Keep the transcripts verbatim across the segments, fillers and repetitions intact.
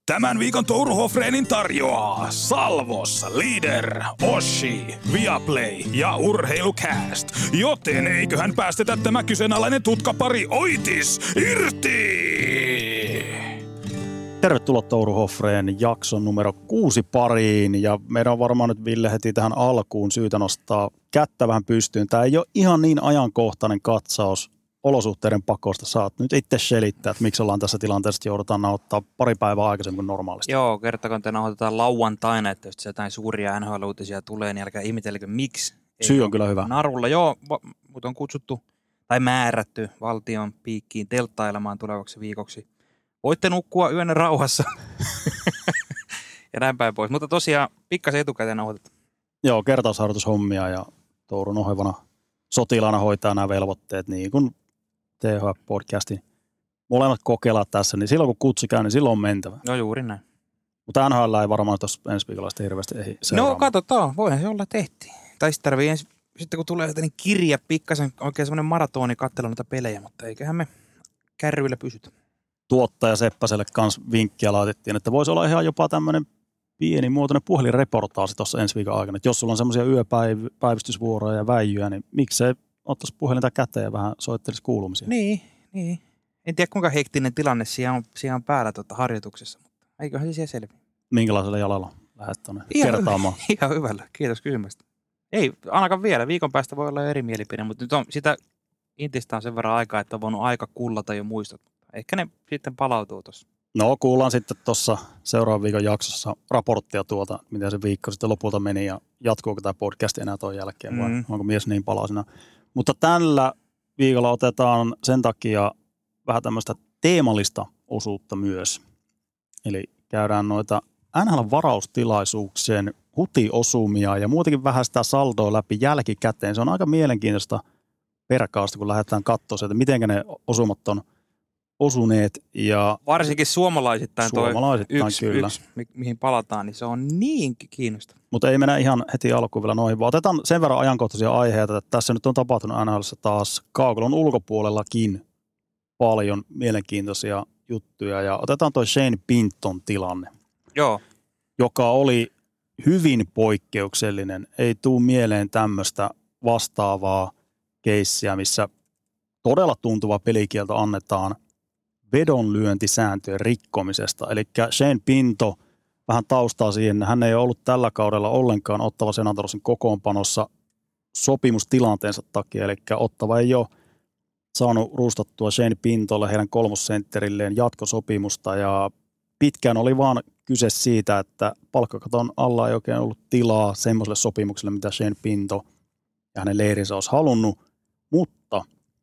Tämän viikon Touru Hofreenin tarjoaa Salvos, Leader, Oshi, Viaplay ja Urheilukääst. Joten eiköhän päästetä tämä kyseenalainen tutkapari Oitis irti! Tervetuloa Touru Hofreen jakson numero kuusi pariin. Ja meidän on varmaan nyt, Ville, heti tähän alkuun syytä nostaa kättä vähän pystyyn. Tämä ei ole ihan niin ajankohtainen katsaus olosuhteiden pakosta. Saat nyt itse selittää, että miksi ollaan tässä tilanteessa, että joudutaan nauhoittaa pari päivää aikaisemmin kuin normaalisti. Joo, kertakoon te nauhoitetaan lauantaina, että jos jotain suuria N H L-uutisia tulee, niin älkää ihmetelkö miksi. Syy on kyllä hyvä. Narulla, joo, mut on kutsuttu tai määrätty valtion piikkiin telttailemaan tulevaksi viikoksi. Voitte nukkua yönne rauhassa ja näin päin pois. Mutta tosiaan pikkasen etukäteen nauhoitetaan. Joo, kertausharjoitushommia ja Tourun ohevana sotilaana hoitaa nämä velvoitteet niin kuin T H L-podcastin molemmat kokeillaan tässä, niin silloin kun kutsu käy, niin silloin on mentävä. No juuri näin. Mutta N H L ei varmaan tuossa ensi viikolla sitten hirveästi ei seuraamaan. No katsotaan, voihan se olla tehtiin. Tai sitten tarvii ensi, sitten kun tulee niin kirja pikkasen, oikein semmoinen maratoni katsella noita pelejä, mutta eiköhän me kärryillä pysytä. Tuottaja Seppäselle kanssa vinkkiä laitettiin, että voisi olla ihan jopa tämmöinen pienimuotoinen puhelinreportaasi tuossa ensi viikon aikana. Että jos sulla on semmoisia yöpäivystysvuoroja ja väijyjä, niin miksei ottaisi puhelinta käteen ja vähän soittelisi kuulumisia. Niin, niin. En tiedä kuinka hektinen tilanne siellä on, siellä on päällä tuota harjoituksessa, mutta eiköhän se siellä selviä. Minkälaisella jalalla lähdet tuonne kertaamaan? Ihan hyvällä, kiitos kysymästä. Ei, ainakaan vielä. Viikon päästä voi olla eri mielipide, mutta nyt on sitä intistä on sen verran aikaa, että on voinut aika kullata jo muistot. Ehkä ne sitten palautuu tuossa. No kuullaan sitten tuossa seuraavan viikon jaksossa raporttia tuolta, miten se viikko sitten lopulta meni ja jatkuuko tämä podcast enää tuon jälkeen vai mm. onko mies niin palasina. Mutta tällä viikolla otetaan sen takia vähän tämmöistä teemallista osuutta myös. Eli käydään noita N H L-varaustilaisuuksien hutiosumia ja muutenkin vähän sitä saldoa läpi jälkikäteen. Se on aika mielenkiintoista perkausta, kun lähdetään katsoa sieltä, miten ne osumat on osuneet. Ja varsinkin suomalaisittain, suomalaisittain toi yksi, kyllä. yksi, mi- mihin palataan, niin se on niin kiinnostava. Mutta ei mennä ihan heti alkuun vielä noihin, vaan otetaan sen verran ajankohtaisia aiheita, että tässä nyt on tapahtunut N H L:ssä taas kaukolon ulkopuolellakin paljon mielenkiintoisia juttuja. Ja otetaan toi Shane Pinton tilanne, Joo. joka oli hyvin poikkeuksellinen. Ei tule mieleen tämmöistä vastaavaa keissiä, missä todella tuntuva pelikielto annetaan vedonlyöntisääntöjen rikkomisesta. Eli Shane Pinto, vähän taustaa siihen, hän ei ole ollut tällä kaudella ollenkaan Ottawa Senatorsin kokoonpanossa sopimustilanteensa takia. Eli Ottawa ei ole saanut rustattua Shane Pintolle heidän kolmossentterilleen jatkosopimusta. Ja pitkään oli vaan kyse siitä, että palkkakaton alla ei oikein ollut tilaa semmoiselle sopimukselle, mitä Shane Pinto ja hänen leirinsä olisi halunnut. Mutta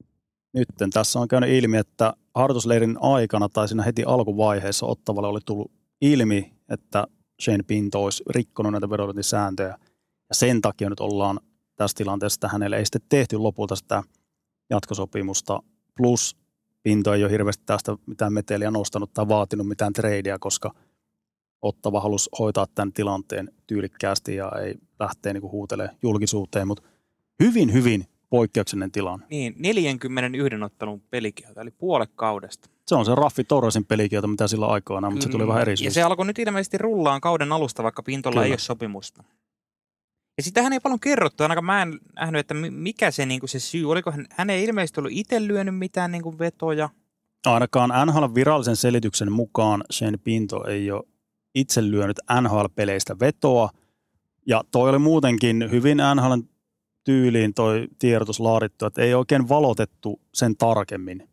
nyt tässä on käynyt ilmi, että harjoitusleirin aikana tai siinä heti alkuvaiheessa Ottavalle oli tullut ilmi, että Shane Pinto olisi rikkonut näitä vedonlyöntisääntöjä. Ja sen takia nyt ollaan tässä tilanteessa, että hänelle ei sitten tehty lopulta sitä jatkosopimusta. Plus Pinto ei ole hirveästi tästä mitään meteliä nostanut tai vaatinut mitään tradeja, koska Ottava halusi hoitaa tämän tilanteen tyylikkäästi ja ei lähteä niinku huutelemaan julkisuuteen, mutta hyvin, hyvin poikkeuksellinen tilanne. Niin, neljäkymmentäyksi ottelun pelikielto, eli puolet kaudesta. Se on se Raffi Torresin pelikielto, mitä sillä aikoinaan, mutta se tuli mm, vähän eri syystä. Ja se alkoi nyt ilmeisesti rullaan kauden alusta, vaikka Pintolla Kyllä. ei ole sopimusta. Ja sitähän ei paljon kerrottu, ainakaan mä en nähnyt, että mikä se, niin kuin se syy, oliko hän, hän ei ilmeisesti ollut itse lyönyt mitään niin kuin vetoja. Ainakaan N H L virallisen selityksen mukaan Shane Pinto ei ole itse lyönyt N H L-peleistä vetoa. Ja toi oli muutenkin hyvin N H L:n tyyliin toi tiedotus laadittu, että ei oikein valotettu sen tarkemmin.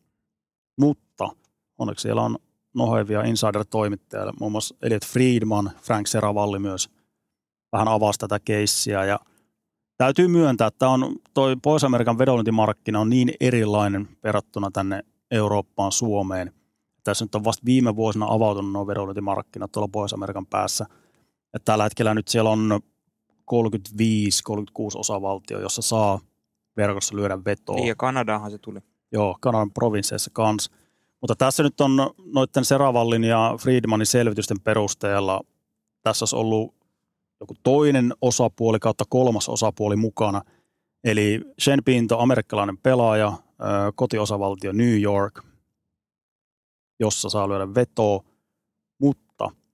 Mutta onneksi siellä on nohevia insider-toimittajia, muun muassa Elliot Friedman, Frank Seravalli myös vähän avasi tätä keissiä. Ja täytyy myöntää, että on, toi Pohjois-Amerikan vedonlyöntimarkkina on niin erilainen verrattuna tänne Eurooppaan, Suomeen. Tässä nyt on vasta viime vuosina avautunut nuo vedonlyöntimarkkinat tuolla Pohjois-Amerikan päässä. Ja tällä hetkellä nyt siellä on kolmekymmentäviisi kolmekymmentäkuusi osavaltio, jossa saa verkossa lyödä vetoa. Niin ja Kanadaanhan se tuli. Joo, Kanadan provinsseissa kanssa. Mutta tässä nyt on noiden Seravallin ja Friedmanin selvitysten perusteella tässä olisi ollut joku toinen osapuoli kautta kolmas osapuoli mukana. Eli Shane Pinto, amerikkalainen pelaaja, kotiosavaltio New York, jossa saa lyödä vetoa, mutta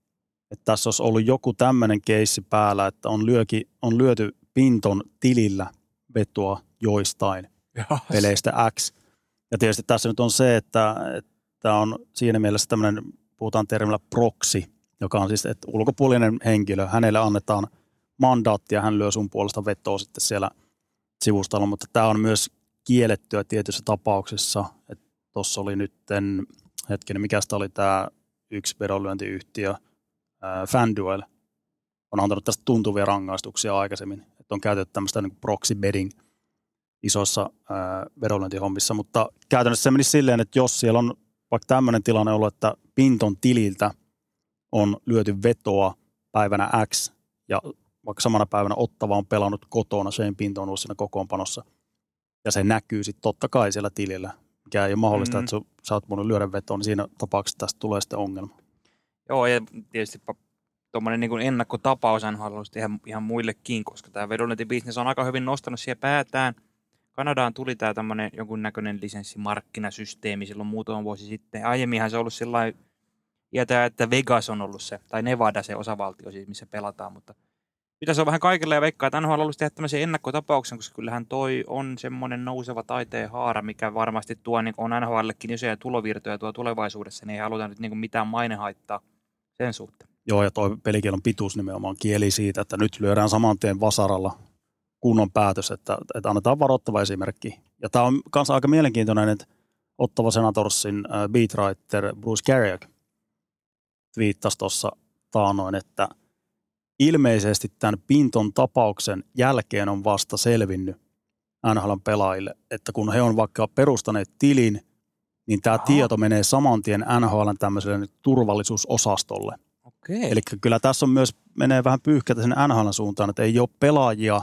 että tässä olisi ollut joku tämmöinen keissi päällä, että on, lyöki, on lyöty Pinton tilillä vetoa joistain Yes. peleistä X. Ja tietysti tässä nyt on se, että tämä on siinä mielessä tämmöinen, puhutaan termillä proxy, joka on siis että ulkopuolinen henkilö. Hänelle annetaan mandaatti ja hän lyö sun puolesta vetoa sitten siellä sivustalla, mutta tämä on myös kiellettyä tietyissä tapauksissa. Tuossa oli nytten, hetkinen, mikä sitä oli tämä yksi vedonlyöntiyhtiö, ää, FanDuel, on antanut tästä tuntuvia rangaistuksia aikaisemmin. Että on käytetty tämmöistä niin proxy betting isoissa ää, vedonlyöntihommissa, mutta käytännössä se menisi silleen, että jos siellä on vaikka tämmöinen tilanne ollut, että Pinton tililtä on lyöty vetoa päivänä X ja vaikka samana päivänä Ottava on pelannut kotona, Shane Pinto on ollut siinä kokoonpanossa ja se näkyy sitten totta kai siellä tilillä, mikä ei ole mahdollista, mm-hmm. että su, sä oot voinut lyödä vetoa, niin siinä tapauksessa tästä tulee sitten ongelma. Joo, ja tietysti tuommoinen niin ennakkotapaus on halunnut ihan, ihan muillekin, koska tämä vedonlyöntibisnes on aika hyvin nostanut siihen päätään. Kanadaan tuli tämä tämmöinen jonkunnäköinen lisenssimarkkinasysteemi silloin muutama vuosi sitten. Aiemminhan se on ollut sellainen, että Vegas on ollut se, tai Nevada se osavaltio siis, missä pelataan, mutta pitäisi olla vähän kaikille ja veikkaa, että N H L haluaisi tehdä tämmöisen ennakkotapauksen, koska kyllähän toi on semmoinen nouseva taiteen haara, mikä varmasti tuo, niin on N H L:llekin isoja tulovirtoja tuo tulevaisuudessa, niin ei haluta nyt niin mitään mainehaittaa sen suhteen. Joo, ja tuo pelikielon pituus nimenomaan kieli siitä, että nyt lyödään saman tien vasaralla kunnon päätös, että, että annetaan varoittava esimerkki. Ja tämä on myös aika mielenkiintoinen, että Ottava Senatorsin beatwriter Bruce Garrick twiittasi tuossa taanoin, että ilmeisesti tämän Pinton tapauksen jälkeen on vasta selvinnyt N H L:n pelaajille, että kun he on vaikka perustaneet tilin, niin tämä Aha. tieto menee saman tien N H L:n tämmöiselle turvallisuusosastolle. Okei. Eli kyllä tässä on myös, menee vähän pyyhkätä sen N H L:n suuntaan, että ei ole pelaajia,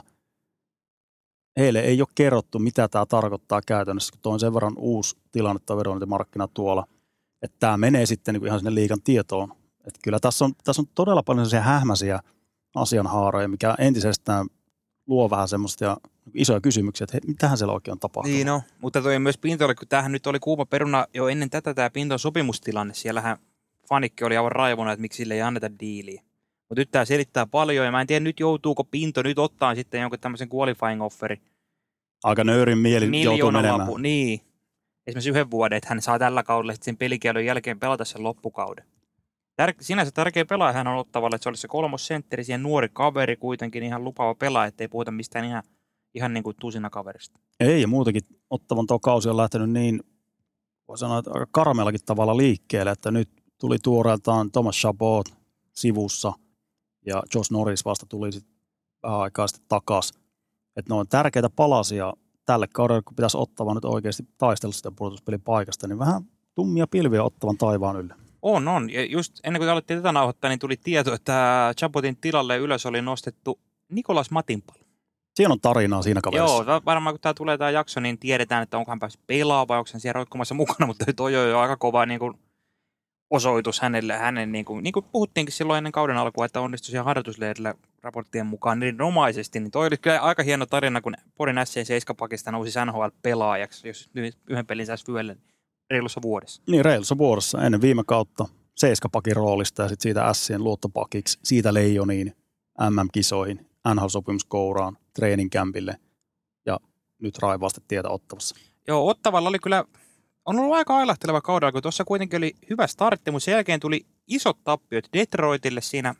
heille ei ole kerrottu, mitä tämä tarkoittaa käytännössä, kun tuo on sen verran uusi tilanne tai vedonlyöntimarkkina tuolla, että tämä menee sitten niin ihan sinne liigan tietoon. Että kyllä tässä on, tässä on todella paljon sellaisia hähmäisiä asianhaaroja, mikä entisestään luo vähän semmoista isoja kysymyksiä, että he, mitähän siellä oikein on tapahtunut. Niin no, mutta toi myös Pintolle, kun tämähän nyt oli kuuma peruna jo ennen tätä tämä Pinton sopimustilanne, siellähän fanikki oli aivan raivona, että miksi sille ei anneta diiliä. Mutta nyt tämä selittää paljon ja mä en tiedä nyt joutuuko Pinto nyt ottaa sitten jonkun tämmöisen qualifying offeri. Aika nöyrin mieli joutuu menemään. Lapu. Niin, esimerkiksi yhden vuoden, että hän saa tällä kaudella sitten sen pelikielon jälkeen pelata sen loppukauden. Tär- sinänsä tärkeä pelaaja hän on Ottavalle, että se olisi se kolmossentteri, siihen nuori kaveri kuitenkin, ihan lupaava pelaaja, ettei puhuta mistään ihan, ihan niin kuin tusina kaverista. Ei, ja muutakin Ottavan tuo kausi on lähtenyt niin, voi sanoa, että aika karmeellakin tavalla liikkeelle, että nyt tuli tuoreeltaan Thomas Chabot sivussa, ja Josh Norris vasta tuli sitten vähän aikaa sitten takaisin. Että ne on tärkeitä palasia tälle kaudelle, kun pitäisi Ottavan nyt oikeasti taistella sitä pudotuspelin paikasta, niin vähän tummia pilviä Ottavan taivaan yllä. On, on. Ja just ennen kuin te aloitte tätä nauhoittaa, niin tuli tieto, että Chabotin tilalle ylös oli nostettu Nicolas Matinpal. Siinä on tarinaa siinä kaverissa. Joo, varmaan kun tämä tulee tämä jakso, niin tiedetään, että onko hän päässyt pelaamaan vai onko hän siellä roikkumassa mukana, mutta toi on jo aika kova niin kuin osoitus hänelle. Hänen, niin, kuin, niin kuin puhuttiinkin silloin ennen kauden alkua, että onnistui siellä harjoitusleirillä raporttien mukaan erinomaisesti, niin toi oli kyllä aika hieno tarina, kun Porin S C seiskapakista nousi N H L-pelaajaksi, jos yhden pelin saisi vyölle reilussa vuodessa. Niin, reilussa vuodessa ennen viime kautta seiskapakin roolista ja sitten siitä Sien luottopakiksi, siitä Leijoniin, M M-kisoihin, N H L-sopimuskouraan, treeninkämpille ja nyt raivaasti tietä Ottavassa. Joo, Ottavalla oli kyllä, on ollut aika ailahteleva kaudella, kun tuossa kuitenkin oli hyvä startti, mutta sen jälkeen tuli isot tappiot Detroitille siinä,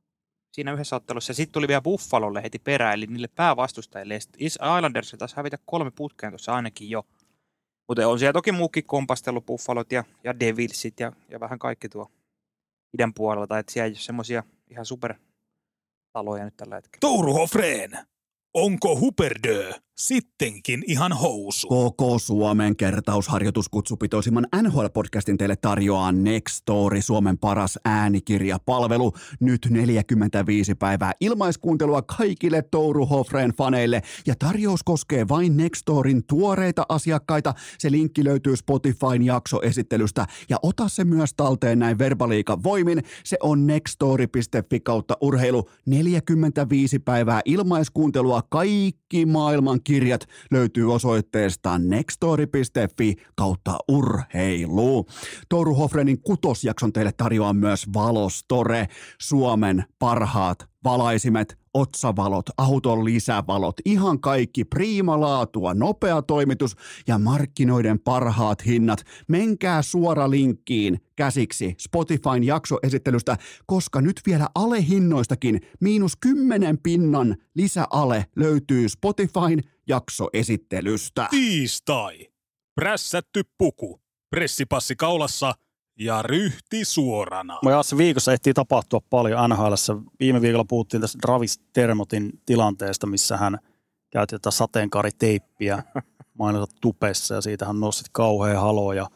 siinä yhdessä ottelussa ja sitten tuli vielä Buffalolle heti perään, eli niille päävastustajille. Islanders taisi hävitä kolme putkeen tuossa ainakin jo. Mutta on siellä toki muukin kompastellut Buffalot ja, ja Devilsit ja, ja vähän kaikki tuo idän puolella. Tai että siellä ei ole semmoisia ihan supertaloja nyt tällä hetkellä. Touru Hofreen, onko Huperdö sittenkin ihan housu? Koko Suomen kertausharjoituskutsupitoisimman N H L-podcastin teille tarjoaa Nextory, Suomen paras äänikirjapalvelu. Nyt neljäkymmentäviisi päivää ilmaiskuuntelua kaikille Touru Hofreen faneille. Ja tarjous koskee vain Nextoryn tuoreita asiakkaita. Se linkki löytyy Spotifyn jaksoesittelystä. Ja ota se myös talteen näin verbaliikan voimin. Se on nextory piste fi kautta urheilu. neljäkymmentäviisi päivää ilmaiskuuntelua kaikki maailman äänikirjat löytyy osoitteesta nextory piste fi kautta urheilu. Touru Hofrenin kutosjakson teille tarjoaa myös Valostore, Suomen parhaat valaisimet, otsavalot, auton lisävalot, ihan kaikki priimalaatua, nopea toimitus ja markkinoiden parhaat hinnat. Menkää suora linkkiin käsiksi Spotifyn jaksoesittelystä, koska nyt vielä alehinnoistakin miinus kymmenen pinnan lisäale löytyy Spotifyn jaksoesittelystä. Tiistai. Prässätty puku. Pressipassi kaulassa ja ryhti suorana. Tässä viikossa ehtii tapahtua paljon N H L:ssä. Viime viikolla puhuttiin tästä Travis Dermottin tilanteesta, missä hän käytti tätä sateenkaariteippiä mainita tupessa ja siitä hän nousi kauhean halo. Ja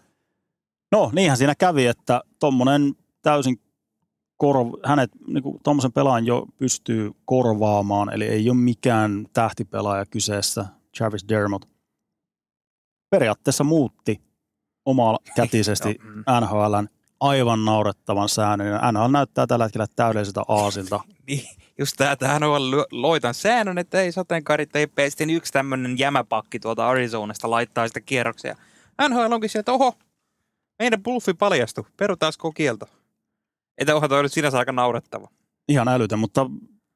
no niinhän siinä kävi, että tommonen täysin korv... hänet niinku tommosen pelaajan jo pystyy korvaamaan, eli ei ole mikään tähtipelaaja kyseessä, Travis Dermott. Periaatteessa muutti omakätisesti N H L:n aivan naurettavan säännön. N H L näyttää tällä hetkellä täydelliseltä aasilta. Niin, just tämä N H L loitan säännön, että ei sateenkaariteippejä. Sitten yksi tämmöinen jämäpakki tuolta Arizonasta laittaa sitä kierroksia. N H L onkin sieltä, että oho, meidän bluffi paljastui, perutaanko kielto. Että onhan toi nyt sinänsä aika naurettava. Ihan älytön, mutta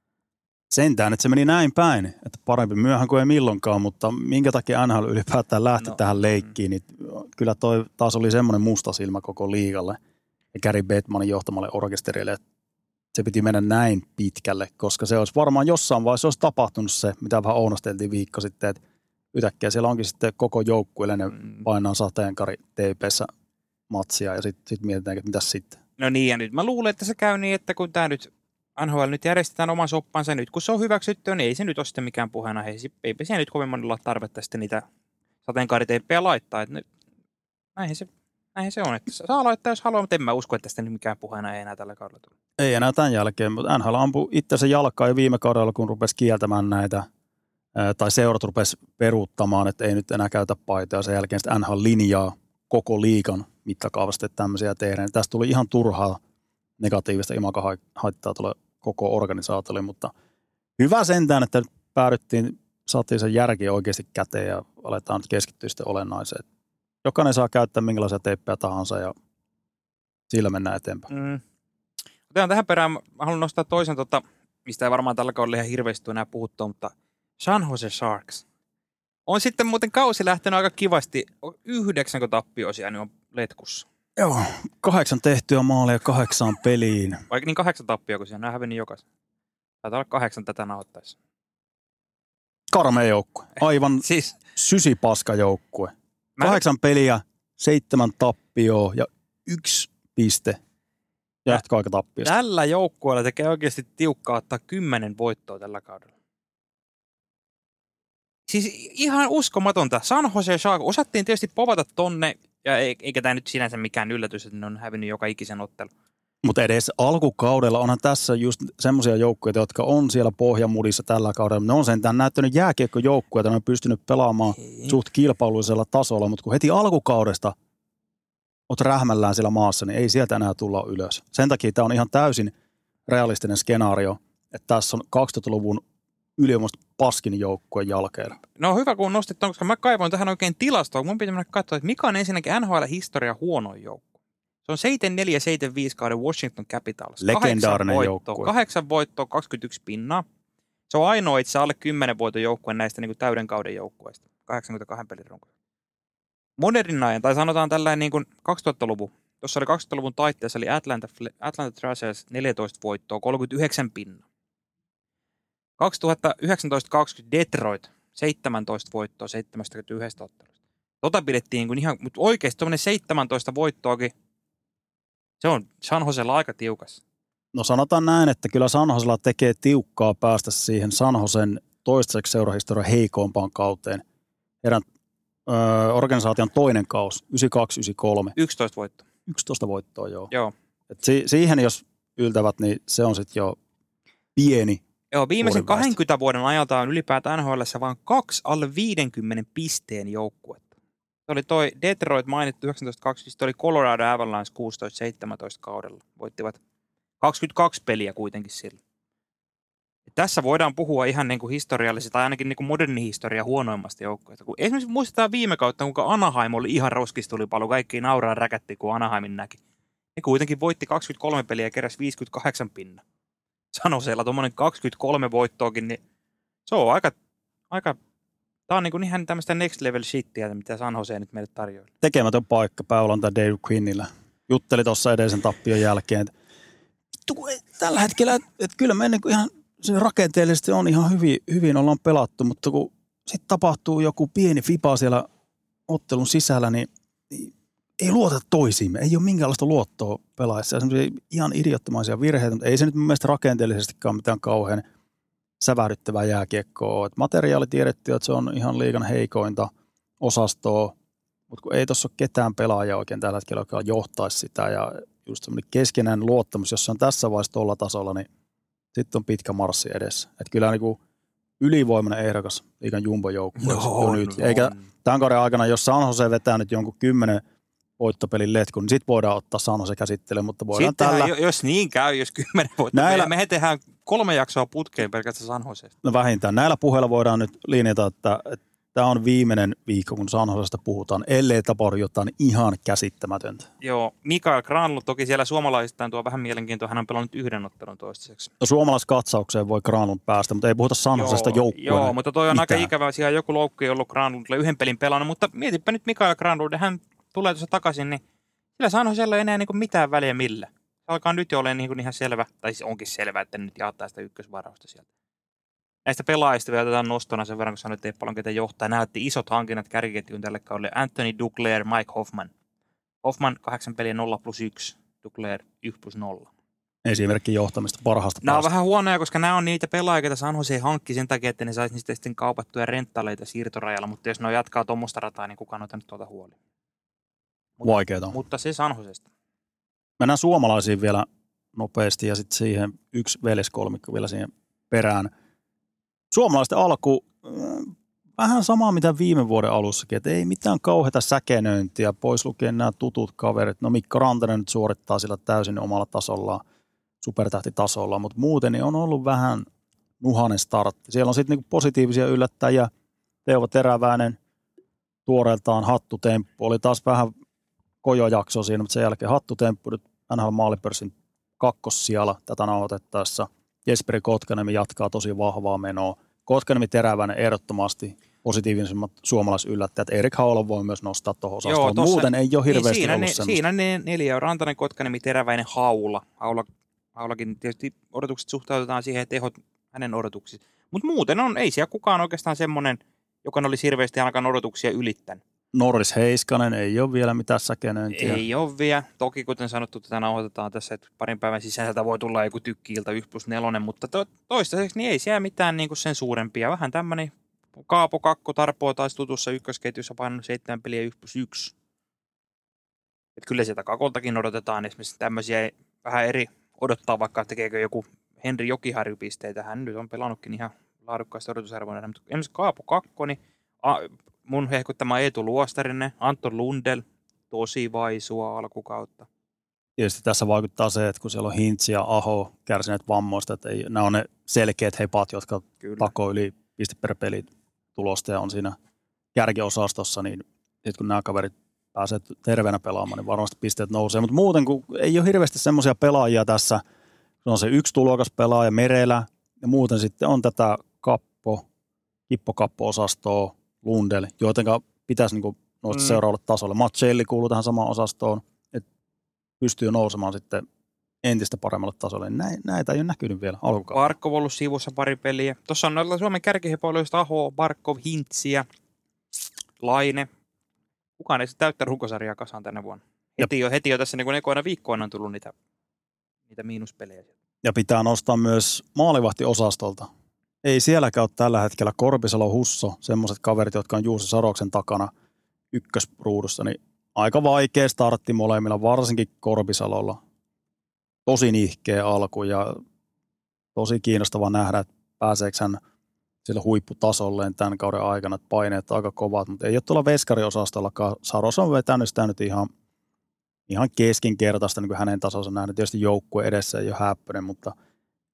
sentään, että se meni näin päin, että parempi myöhään kuin ei milloinkaan, mutta minkä takia N H L ylipäätään lähti no, tähän leikkiin, niin kyllä toi taas oli semmoinen musta silmä koko liigalle ja Gary Bettmanin johtamalle orkesterille, että se piti mennä näin pitkälle, koska se olisi varmaan jossain vaiheessa olisi tapahtunut se, mitä vähän ounosteltiin viikko sitten, että yhtäkkiä siellä onkin sitten koko joukkueelle, ne painaa sateenkaariteipeissä matsia ja sitten sit mietitään, että mitäs sitten. No niin, ja nyt mä luulen, että se käy niin, että kun tämä nyt N H L nyt järjestetään oman soppansa, nyt kun se on hyväksytty, niin ei se nyt ole sitten mikään puheena. Eipä siellä nyt kovin monella tarvetta sitten niitä sateenkaariteippejä laittaa. Että nyt, näinhän, se, näinhän se on, että saa laittaa jos haluaa, mutta en mä usko, että tästä nyt mikään puheena ei enää tällä kaudella tule. Ei enää tämän jälkeen, mutta N H L ampui itsensä jalkaan jo viime kaudella, kun rupesi kieltämään näitä, tai seurat rupesi peruuttamaan, että ei nyt enää käytä paitoja. Sen jälkeen sitten N H L linjaa koko liigan mittakaavasta, että tämmöisiä tehdään. Tästä tuli ihan turhaa negatiivista imagohaittaa tulee koko organisaatiolle, mutta hyvä sentään, että päädyttiin, saatiin sen järki oikeasti käteen ja aletaan nyt keskittyä sitten olennaiseen. Jokainen saa käyttää minkälaisia teippejä tahansa ja sillä mennään eteenpäin. Mm. Otetaan tähän perään, mä haluan nostaa toisen, tota, mistä ei varmaan tällä kaudella ihan hirveästi enää puhuttua, mutta San Jose Sharks. On sitten muuten kausi lähtenyt aika kivasti, yhdeksänkö tappioisia, niin on letkussa. Joo, kahdeksan tehtyä maalia kahdeksaan peliin. Vaikka niin kahdeksan tappia, kun siellä häveni jokaisen. Taitaa olla kahdeksan tätä nauhoittaessa. Karmea joukkue. Aivan siis, sysipaska joukkue. Mä... Kahdeksan peliä, seitsemän tappioa ja yksi piste. Jatkoaika tappiosta. Tällä joukkueella tekee oikeasti tiukkaa ottaa kymmenen voittoa tällä kaudella. Siis ihan uskomatonta. San Jose Sharks, osattiin tietysti povata tonne, ja eikä tämä nyt sinänsä mikään yllätys, että ne on hävinnyt joka ikisen ottelu. Mutta edes alkukaudella onhan tässä just semmoisia joukkueita, jotka on siellä pohjamudissa tällä kaudella. Ne on sentään näyttänyt jääkiekkojoukkueita, ne on pystynyt pelaamaan Ei. suht kilpailullisella tasolla, mutta kun heti alkukaudesta oot rähmällään siellä maassa, niin ei sieltä enää tulla ylös. Sen takia tämä on ihan täysin realistinen skenaario, että tässä on kaksituhattaluvun ylivoimaisesti paskin joukkueen jälkeen. No hyvä, kun nostit ton, koska mä kaivoin tähän oikein tilastoa. Mun pitää mennä katsoa, että mikä on ensinnäkin N H L-historia huonoin joukkue. Se on seitsemänkymmentäneljä seitsemänkymmentäviisi kauden Washington Capitals. Legendaarinen joukkue. Kahdeksan voittoa, kaksikymmentäyksi pinnaa. Se on ainoa itse alle kymmenen voiton joukkue näistä niin kuin täyden kauden joukkueista. kahdeksankymmentäkaksi pelin runkoja. Modernin ajan, tai sanotaan tällainen niin kuin kaksituhattaluvun. Tuossa oli kaksituhattaluvun taitteessa, oli Atlanta, Atlanta Thrashers neljätoista voittoa, kolmekymmentäyhdeksän pinnaa. kaksituhattayhdeksäntoista kaksikymmentä Detroit, seitsemäntoista voittoa seitsemänkymmentäyksi ottelusta. Tota pidettiin kuin ihan, mutta oikeasti tuommoinen seitsemäntoista voittoakin, se on San Josella aika tiukas. No sanotaan näin, että kyllä San Josella tekee tiukkaa päästä siihen San Josen toistaiseksi seurahistorian heikompaan kauteen. Heidän öö, organisaation toinen kaus, yhdeksänkymmentäkaksi yhdeksänkymmentäkolme. yksitoista voittoa. yksitoista voittoa, joo. joo. Et si- siihen jos yltävät, niin se on sitten jo pieni. Joo, viimeisen kaksikymmentä vuoden ajalta on ylipäätään N H L:ssä vain kaksi alle viidenkymmenen pisteen joukkuetta. Se oli toi Detroit mainittu yhdeksäntoista kaksikymmentä, se oli Colorado Avalanche kuusitoista seitsemäntoista kaudella. Voittivat kaksikymmentäkaksi peliä kuitenkin sillä. Et tässä voidaan puhua ihan niin kuin historiallisesti tai ainakin niin kuin moderni historia huonoimmasta joukkueesta. Kun esimerkiksi muistetaan viime kautta, kuinka Anaheim oli ihan roskistulipalo, kaikki nauraa räkätti, kun Anaheimin näki. Ne kuitenkin voitti kaksikymmentäkolme peliä ja keräsi viisikymmentäkahdeksan pinna. Sanoseella tuommoinen kaksikymmentäkolme voittoakin, niin se on aika, aika tämä on niin kuin ihan tämmöistä next level shittiä, mitä San Jose nyt meille tarjoaa. Tekemätön paikka päävalmentaja Dave Quinnillä. Jutteli tuossa edellisen tappion jälkeen, että tällä hetkellä, että, että kyllä me niin ihan se rakenteellisesti on ihan hyvin, hyvin ollaan pelattu, mutta kun sitten tapahtuu joku pieni fipa siellä ottelun sisällä, niin ei luota toisiimme. Ei ole minkäänlaista luottoa pelaajassa. Sellaisia ihan idiottomaisia virheitä, mutta ei se nyt mun mielestä rakenteellisestikaan mitään kauhean sävähdyttävää jääkiekkoa ole. Materiaali tiedettiin, että se on ihan liigan heikointa osastoa, mutta kun ei tuossa ole ketään pelaajaa oikein tällä hetkellä, joka johtaisi sitä ja just semmoinen keskenään luottamus, jos se on tässä vaiheessa tuolla tasolla, niin sitten on pitkä marssi edessä. Että kyllä niin kuin ylivoimainen ehdokas liigan jumbo-joukkueessa no, jo nyt. No, Eikä tämän kauden aikana, jos San Jose vetää nyt jonkun kymmenen voittopelin letkun, niin sitten voidaan ottaa San Jose käsittelyyn, mutta voidaan Sittenhän, tällä... jos niin käy, jos kymmenen voittopeliä, näillä... me tehdään kolme jaksoa putkeen pelkästään San Josesta. No vähintään. Näillä puheilla voidaan nyt linjata, että, että tämä on viimeinen viikko, kun San Josesta puhutaan, ellei tapahdu jotain ihan käsittämätöntä. Joo, Mikael Granlund toki siellä suomalaisistaan tuo vähän mielenkiintoa, hän on pelannut yhden ottelun toistaiseksi. No suomalaiskatsaukseen voi Granlund päästä, mutta ei puhuta San Josesta joukkueena. Joo, mutta toi on mitään. Aika ikävä, siellä joku loukku ei ollut Granlundille yhden pelin pelannut, mutta mietipä nyt Mikael Granlund, hän tulee tuossa takaisin, niin sillä San Josella ei enää niin mitään väliä millä. Se alkaa nyt jo olla niin ihan selvä, tai siis onkin selvä, että nyt jaattaa sitä ykkösvarausta sieltä. Näistä pelaajista vielä otetaan nostona sen verran, kun sanoit, että ei paljon ketä johtaa. Näytti isot hankinnat kärkiketjuun tälle kaudelle. Anthony Duclair, Mike Hoffman. Hoffman kahdeksan peliä nolla plus yksi, Duclair yksi plus nolla. Esimerkki johtamista parhaasta Nämä päästä. on vähän huonoja, koska nämä on niitä pelaajia, joita San Jose hankki sen takia, että ne saisi niistä sitten kaupattuja renttaleita siirtorajalla. Mutta jos ne jatkaa tuommoista rataa, niin kukaan on nyt tuota huoli. Mutta, Vaikeeta. Mutta se San Josesta. Mennään suomalaisiin vielä nopeasti ja sitten siihen yksi veljeskolmikko vielä siihen perään. Suomalaisten alku, vähän samaa mitä viime vuoden alussakin, että ei mitään kauheata säkenöintiä, pois lukien nämä tutut kaverit. No Mikko Rantanen nyt suorittaa sillä täysin omalla tasollaan, supertähtitasolla, mutta muuten niin on ollut vähän nuhanen startti. Siellä on sitten niinku positiivisia yllättäjiä. Teuvo Teräväinen tuoreeltaan hattutemppu, oli taas vähän kojojakso siinä, mutta sen jälkeen hattutemppu nyt N H L-maalipörssin kakkossijalla tätä nauhoitettaessa. Jesperi Kotkaniemi jatkaa tosi vahvaa menoa. Kotkaniemi Teräväinen ehdottomasti positiivisemmat suomalaisyllättäjät. Erik Haula voi myös nostaa tuohon osastoon. Muuten ei ole hirveästi niin, siinä ollut ne, semmoista. Siinä ne neljä, Rantanen, Kotkaniemi, Teräväinen, Haula. Haula. Haulakin tietysti odotukset suhtautetaan siihen, että tehot hänen odotuksissa. Mutta muuten on, ei siellä kukaan oikeastaan semmoinen, joka olisi hirveästi ainakaan odotuksia ylittänyt. Norris Heiskanen ei ole vielä mitään säkenöintiä. Ei ole vielä. Toki kuten sanottu, tätä nauhoitetaan tässä, että parin päivän sisältä voi tulla joku tykki-ilta yksi plus neljä, mutta to, toistaiseksi niin ei siellä mitään niin kuin sen suurempia. Vähän tämmöinen Kaapo Kakko Tarpoa taisi tutussa ykkösketjussa painanut seitsemän peliä yksi plus yksi. Et kyllä sieltä Kakoltakin odotetaan esimerkiksi tämmöisiä vähän eri odottaa, vaikka tekeekö joku Henri Jokiharju pisteitä. Hän nyt on pelannutkin ihan laadukkaasti odotusarvoina. Mutta esimerkiksi Kaapo Kakko, niin a, mun hehkuttama Eetu Luostarinen, Anton Lundell, tosi vaisua alkukautta. Tietysti tässä vaikuttaa se, että kun siellä on Hintz ja Aho kärsineet vammoista, että ei, nämä on ne selkeät hepat, jotka Kyllä. takoo yli piste per peli tulosta ja on siinä kärkiosastossa, niin sitten kun nämä kaverit pääsee terveenä pelaamaan, niin varmasti pisteet nousee. Mutta muuten, kun ei ole hirveästi semmoisia pelaajia tässä, se on se yksi tulokas pelaaja Merelä, ja muuten sitten on tätä kappo, kippokappo-osastoa, Lundell, jotenka pitäisi niinku nousta mm. seuraavalle tasolle. Maccelli kuuluu tähän samaan osastoon, että pystyy nousemaan sitten entistä paremmalle tasolle. Näin, näitä ei ole näkynyt vielä alkukaudella. Barkov on ollut sivussa pari peliä. Tuossa on noilla Suomen kärkihepoiluista Aho, Barkov, Hintsiä, Laine. Kukaan ei täyttä runkosarjaa kasaan tänä vuonna. Heti jo, heti jo tässä niin ekoina viikkoina on tullut niitä, niitä miinuspelejä. Ja pitää nostaa myös maalivahtiosastolta. Ei sielläkään ole tällä hetkellä Korpisalo, Husso, semmoiset kaverit, jotka on Juuso Saroksen takana ykkösruudussa, niin aika vaikea startti molemmilla, varsinkin Korpisalolla. Tosi nihkeä alku ja tosi kiinnostava nähdä, että pääseekö hän sille huipputasolleen tämän kauden aikana, että paineet aika kovat, mutta ei ole tuolla veskariosastollakaan. Saros on vetänyt sitä nyt ihan, ihan keskinkertaista niin kuin hänen tasonsa nähnyt. Tietysti joukkue edessä ei ole häppöinen, mutta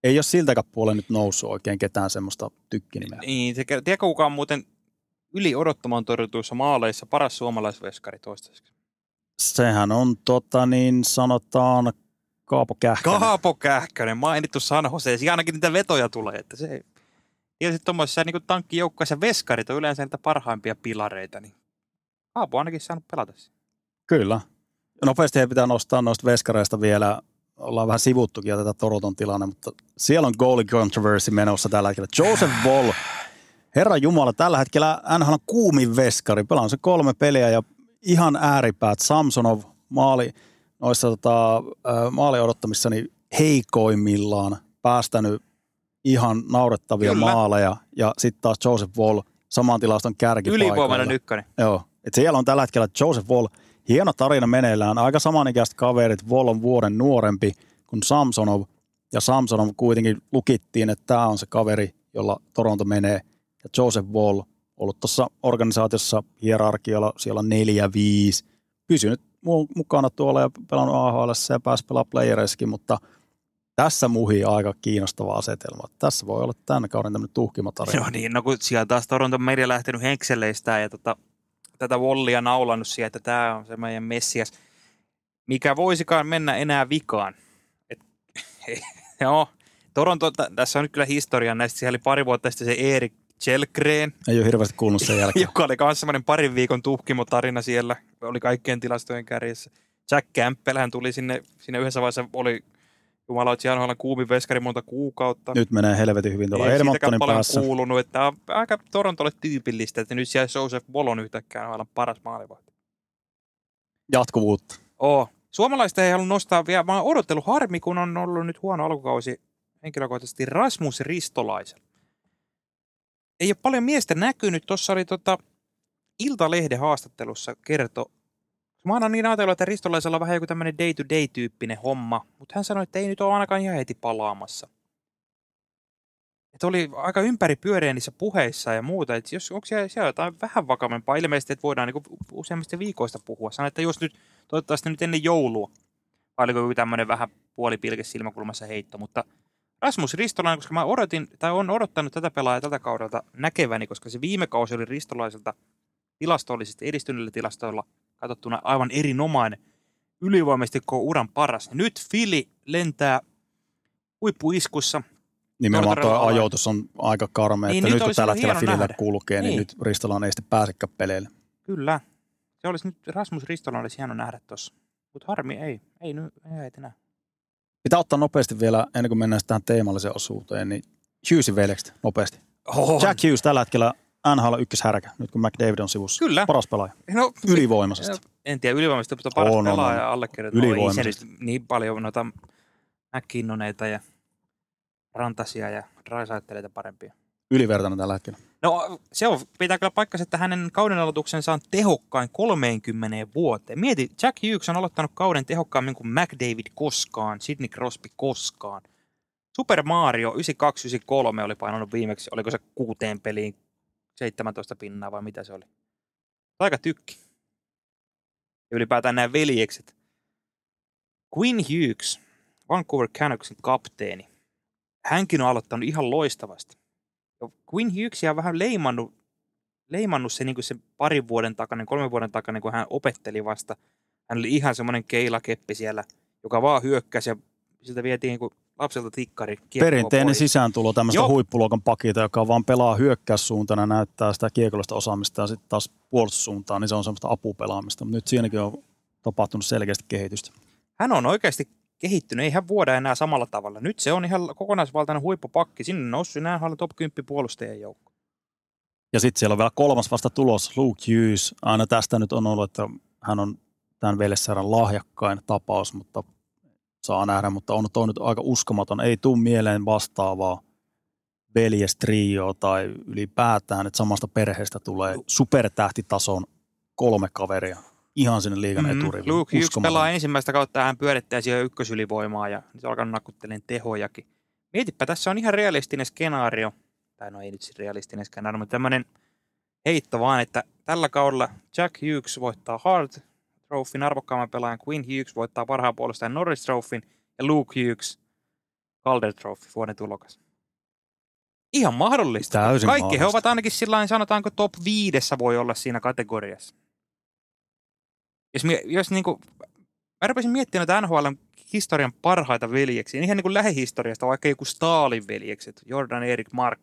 ei ole siltäkään puolella nyt noussut oikein ketään semmoista tykkinimeä. Niin, se, tiedätkö kuka on muuten yli odottamaan torjutuissa maaleissa paras suomalaisveskari toistaiseksi? Sehän on tota niin sanotaan Kaapo Kähkönen. Kaapo Kähkönen, mainittu San Jose. Siinä ainakin niitä vetoja tulee, että se tietysti tuommoisessa niin tankkijoukkoissa veskarit on yleensä niitä parhaimpia pilareita, niin Kaapo on ainakin saanut pelata siinä. Kyllä. Nopeasti he pitää nostaa noista veskareista vielä, ollaan vähän sivuttukin jo tätä Toronton tilanne, mutta siellä on goalie controversy menossa tällä hetkellä. Joseph Woll, herra jumala, tällä hetkellä N H L kuumin veskari, pelaa se kolme peliä ja ihan ääripäät. Samsonov maali noissa tota, maali odottamissa niin heikoimmillaan päästänyt ihan naurettavia Kyllä. maaleja ja sitten taas Joseph Woll saman tilaston kärkipaikalla. Ylivoimainen ykkönen. Joo, että siellä on tällä hetkellä Joseph Woll, hieno tarina meneillään, aika samanikäiset kaverit, Woll on vuoden nuorempi kuin Samsonov ja Samsonov kuitenkin lukittiin, että tämä on se kaveri, jolla Toronto menee ja Joseph Woll ollut tuossa organisaatiossa hierarkialla, siellä on neljä viisi, pysynyt mukana tuolla ja pelannut A H L:ssä ja pääsi pelaamaan playereissakin, mutta tässä muhii aika kiinnostava asetelma. Tässä voi olla tämän kauden tämmöinen tuhkimatarina. Joo niin, no kun siellä taas Toronton media lähtenyt henkseleistään ja tota, tätä Wollia naulannut siihen, että tämä on se meidän messias, mikä voisikaan mennä enää vikaan. Et, joo, Toronto, t- tässä on nyt kyllä historia näistä, siellä oli pari vuotta sitten se Erik Källgren. Ei ole hirveästi kuulunut sen jälkeen. Joka oli myös semmoinen parin viikon tuhkimotarina siellä, oli kaikkien tilastojen kärjessä. Jack Campbell, hän tuli sinne, sinne yhdessä vaiheessa, oli jumalautsi N H L:n kuumin veskari monta kuukautta. Nyt menee helvetin hyvin tuolla Edmontonin päässä. Ei kuulunut, että on aika Torontolle tyypillistä, että nyt siellä Joseph Woll on yhtäkkiä N H L:n paras maalivahti. Jatkuvuutta. Oo. Suomalaista ei halua nostaa vielä, vaan odottelu harmi, kun on ollut nyt huono alkukausi henkilökohtaisesti Rasmus Ristolaisen. Ei ole paljon miestä näkynyt. Tuossa oli tota Iltalehden haastattelussa kerto. Mä oon niin ajatellut, että Ristolaisella on vähän joku tämmöinen day-to-day-tyyppinen homma, mutta hän sanoi, että ei nyt ole ainakaan ihan heti palaamassa. Että oli aika ympäripyöreä niissä puheissa ja muuta. Että jos, onko siellä, siellä jotain vähän vakavampaa? Ilmeisesti, että voidaan niin useammista viikoista puhua. Sanoin, että jos nyt, toivottavasti nyt ennen joulua, vai oliko joku tämmöinen vähän puolipilke silmäkulmassa heitto, mutta Rasmus Ristolainen, koska mä odotin, tai on odottanut tätä pelaajaa tältä kaudelta näkeväni, koska se viime kausi oli Ristolaiselta tilastollisesti edistyneillä tilastoilla katsottuna aivan erinomainen, ylivoimaisesti koko uran paras. Ja nyt Fili lentää huippuiskussa. Nimenomaan tuo ajoitus on aika karmea, niin, että nyt kun tällä hetkellä Filillä kulkee, niin, niin nyt Ristolan ei sitten pääsekään peleille. Kyllä. Se olisi nyt Rasmus Ristolan olisi hieno nähdä tuossa. Mutta harmi ei. Ei nyt ei enää. Pitää ottaa nopeasti vielä, ennen kuin mennään tähän teemalliseen osuuteen, niin Hughesin veljekset nopeasti. Oho. Jack Hughes tällä hetkellä N H L ykköshärkä, nyt kun McDavid on sivussa. Kyllä. Paras pelaaja. No, ylivoimaisesti. En tiedä ylivoimaisesti, mutta paras on, pelaaja on. allekirjoittaa. Ei se nyt niin paljon noita McKinnoneita ja Rantasia ja Draisaitteleita parempia. Ylivertainen tällä hetkellä. No se on, pitää kyllä paikkansa, että hänen kauden aloituksensa on tehokkain kolmeenkymmeneen vuoteen. Mieti, Jack Hughes on aloittanut kauden tehokkaammin kuin McDavid koskaan, Sidney Crosby koskaan. Super Mario yhdeksänkymmentäkaksi yhdeksänkymmentäkolme oli painanut viimeksi, oliko se kuuteen peliin seitsemäntoista pinnaa vai mitä se oli. Aika tykki. Ja ylipäätään nämä veljekset. Quinn Hughes, Vancouver Canucksin kapteeni. Hänkin on aloittanut ihan loistavasti. Ja Quinn Hughesia on vähän leimannut, leimannut se, niin kuin se parin vuoden takana, kolmen vuoden takana, kun hän opetteli vasta. Hän oli ihan semmoinen keilakeppi siellä, joka vaan hyökkäsi ja siltä vietiin niin kuin lapselta tikkari. Perinteinen pois. Sisääntulo tämmöistä Joo. huippuluokan pakita, joka vaan pelaa hyökkäyssuuntana, näyttää sitä kiekollista osaamista ja sitten taas puolustussuuntaan, niin se on semmoista apupelaamista. Mutta nyt siinäkin on tapahtunut selkeästi kehitystä. Hän on oikeasti kehittynyt, ei hän vuoda enää samalla tavalla. Nyt se on ihan kokonaisvaltainen huippupakki. Sinne noussut nämä top kymmenen puolustajien joukko. Ja sitten siellä on vielä kolmas vasta tulos, Luke Hughes. Aina tästä nyt on ollut, että hän on tämän veljessäädän lahjakkain tapaus, mutta saa nähdä, mutta on toi nyt aika uskomaton. Ei tule mieleen vastaavaa veljestrioa tai ylipäätään, että samasta perheestä tulee supertähtitason kolme kaveria. Ihan sinne liigan mm-hmm. eturiviin. Luke Hughes pelaa ensimmäistä kautta, hän pyörittää siihen ykkösylivoimaa ja nyt on alkanut nakkuttelemaan tehojakin. Mietipä, tässä on ihan realistinen skenaario, tai no ei nyt siis realistinen skenaario, mutta tämmöinen heitto vaan, että tällä kaudella Jack Hughes voittaa Hart Trophyn arvokkaamman pelaajan, Quinn Hughes voittaa parhaan puolustajan Norris Trophyn ja Luke Hughes Calder Trophy, vuoden tulokas. Ihan mahdollista. Täysin Kaikki mahdollista. he ovat ainakin sillain, sanotaanko top viidessä voi olla siinä kategoriassa. Jos, jos niinku, mä rupesin miettimään näitä N H L:n historian parhaita veljeksiä, ihan niin kuin lähihistoriasta, vaikka joku Stalin veljekset, Jordan, Erik, Mark.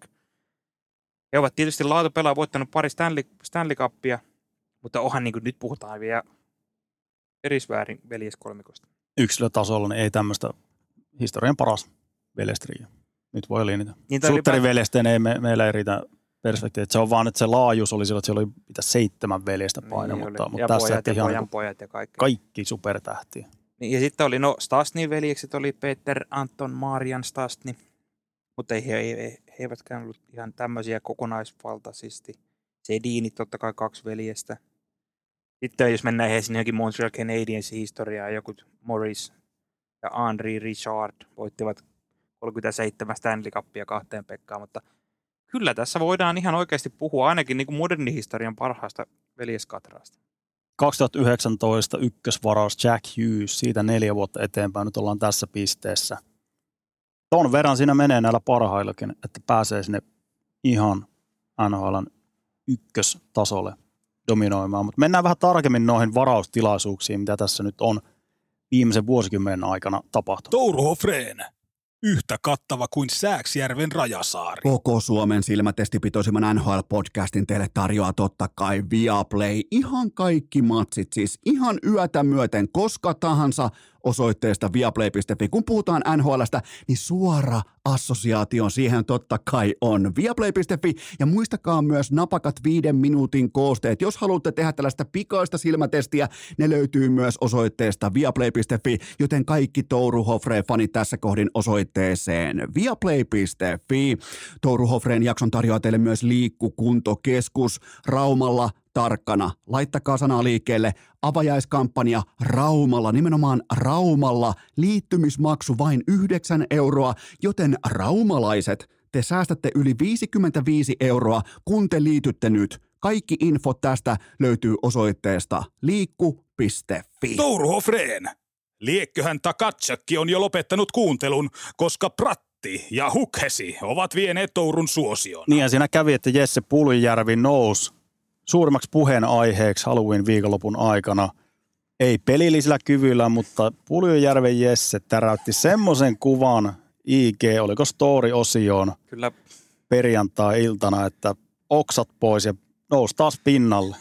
He ovat tietysti laatupelaa voittanut pari Stanley, Stanley Cupia, mutta onhan niin kuin nyt puhutaan vielä erisväärin veljeskolmikosta. Yksilötasolla niin ei tämmöistä historian paras veljestriä. Nyt voi linjata. Niin Sutterin veljesteen ei me, meillä ei riitä perspektiiviä. Se on vaan, että se laajuus oli sillä, että siellä oli mitä seitsemän veljestä paino, niin mutta, mutta ja tässä pojat ja ihan pojan pojat ja kaikki. Kaikki supertähtiä. Niin, ja sitten oli, no Stastnin veljekset oli Peter, Anton, Marian Stastny, mutta ei, he, he, he eivätkään ollut ihan tämmöisiä kokonaisvaltaisesti. Sedinit totta kai kaksi veljestä. Sitten jos mennään he sinne johonkin Montreal Canadiens historiaan, joku Morris ja Henri Richard voittivat kolmekymmentäseitsemän Stanley Cupia kahteen Pekkaan, mutta kyllä tässä voidaan ihan oikeasti puhua ainakin niin kuin modernin historian parhaasta veljeskatraasta. kaksituhattayhdeksäntoista ykkösvaraus Jack Hughes, siitä neljä vuotta eteenpäin, nyt ollaan tässä pisteessä. Ton verran siinä menee näillä parhaillakin, että pääsee sinne ihan N H L:n ykköstasolle dominoimaan. Mutta mennään vähän tarkemmin noihin varaustilaisuuksiin, mitä tässä nyt on viimeisen vuosikymmenen aikana tapahtunut. Touru Hofreen. Yhtä kattava kuin Sääksjärven Rajasaari. Koko Suomen silmätestipitoisimman N H L-podcastin teille tarjoaa totta kai Viaplay. Ihan kaikki matsit, siis ihan yötä myöten, koska tahansa osoitteesta viaplay piste fi. Kun puhutaan N H L:stä, niin suora assosiaatio siihen totta kai on viaplay piste fi. Ja muistakaa myös napakat viiden minuutin koosteet. Jos haluatte tehdä tällaista pikaista silmätestiä, ne löytyy myös osoitteesta viaplay piste fi. Joten kaikki Touru Hofreen-fanit tässä kohdin osoitteeseen viaplay piste fi. Touru Hofreen jakson tarjoaa teille myös Liikkukuntokeskus Raumalla. Tarkkana. Laittakaa sanaa liikkeelle. Avajaiskampanja Raumalla, nimenomaan Raumalla. Liittymismaksu vain yhdeksän euroa, joten raumalaiset, te säästätte yli viisikymmentäviisi euroa, kun te liitytte nyt. Kaikki info tästä löytyy osoitteesta liikku piste fi. Touru Hofreen. Liekköhän Takatsakki on jo lopettanut kuuntelun, koska Pratti ja Hukhesi ovat vieneet Tourun suosion. Niin ja siinä kävi, että Jesse Puljujärvi nousi suurimmaksi puheenaiheeksi Halloween-viikonlopun aikana. Ei pelillisillä kyvyillä, mutta Puljujärven Jesse täräytti semmoisen kuvan I G, oliko story-osioon Kyllä. perjantai-iltana, että oksat pois ja nousi taas pinnalle.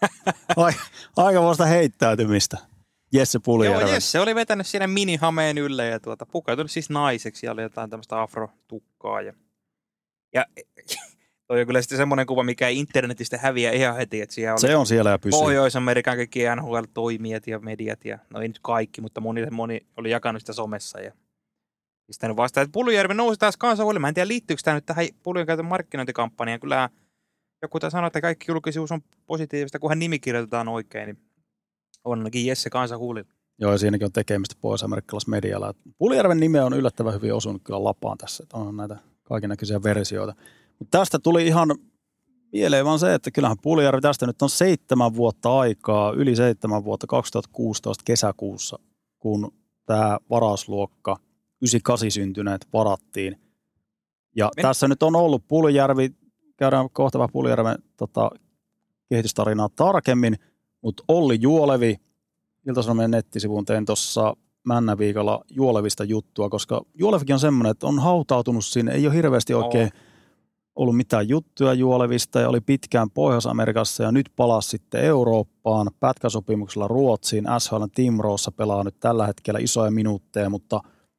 Aikamoista heittäytymistä. Jesse Puljujärven. Joo, Jesse oli vetänyt siinä minihameen ylle ja tuota, pukeutunut siis naiseksi ja oli jotain tämmöistä afrotukkaa. Ja, ja toi on kyllä sitten semmoinen kuva, mikä ei internetistä häviä ihan heti. Että siellä oli se on siellä ja pysyy. Pohjois-Amerikan kaikki N H L-toimijat ja mediat ja no ei nyt kaikki, mutta moni, moni oli jakanut sitä somessa ja pistänyt vastaan. Että Puljujärvi nousi taas kansan huolimaan. En tiedä, liittyykö tämä nyt tähän Puljujärven markkinointikampanjaan. Kyllähän joku sanoi, että kaikki julkisuus on positiivista, kunhan nimi kirjoitetaan oikein, niin on ainakin Jesse kansan huulilla. Joo, ja siinäkin on tekemistä pohjois-amerikkalaismedialla. Puljujärven nime on yllättävän hyvin osunut kyllä lapaan tässä, että on näitä kaikennäköisiä versioita. Mutta tästä tuli ihan mieleen vaan se, että kyllähän Puljujärvi tästä nyt on seitsemän vuotta aikaa, yli seitsemän vuotta, kaksituhattakuusitoista kesäkuussa, kun tämä varausluokka yhdeksänkymmentäkahdeksan syntyneet varattiin. Ja Men... tässä nyt on ollut Puljujärvi, käydään kohta vähän Puljujärven tota, kehitystarinaa tarkemmin, mutta Olli Juolevi, Ilta-Sanomien nettisivuun tein tuossa Männäviikolla Juolevista juttua, koska Juolevikin on semmoinen, että on hautautunut sinne, ei ole hirveästi oikein oh. ollut mitään juttuja Juolevista ja oli pitkään Pohjois-Amerikassa ja nyt palasi sitten Eurooppaan pätkäsopimuksella Ruotsiin. S H L:n Timroossa pelaa nyt tällä hetkellä isoja minuutteja, mutta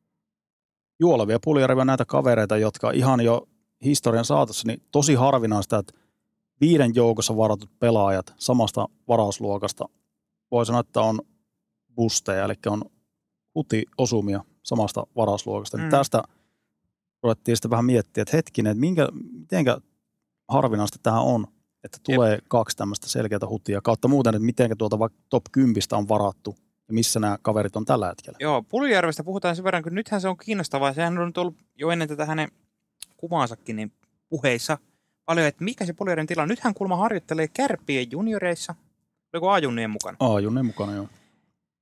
Juolevi ja Puljujärvi on näitä kavereita, jotka ihan jo historian saatossa niin tosi harvinaista, että viiden joukossa varatut pelaajat samasta varausluokasta voi sanoa, että on busteja, eli on huti-osumia samasta varausluokasta. Mm. Tästä ruvettiin sitten vähän miettiä, että hetkinen, että minkä, mitenkä harvinaista tämä on, että tulee Jep. kaksi tämmöistä selkeää hutia, kautta muuten, että mitenkä tuolta vaikka top kymmenen on varattu ja missä nämä kaverit on tällä hetkellä. Joo, Puljujärvestä puhutaan sen verran, kun nythän se on kiinnostavaa. Sehän on nyt ollut jo ennen tätä hänen kuvaansakin niin puheissa paljon, että mikä se Puljujärven tila on. Nythän kulma harjoittelee Kärppien junioreissa. Oliko A-junnien mukana? A-junnien mukana, joo.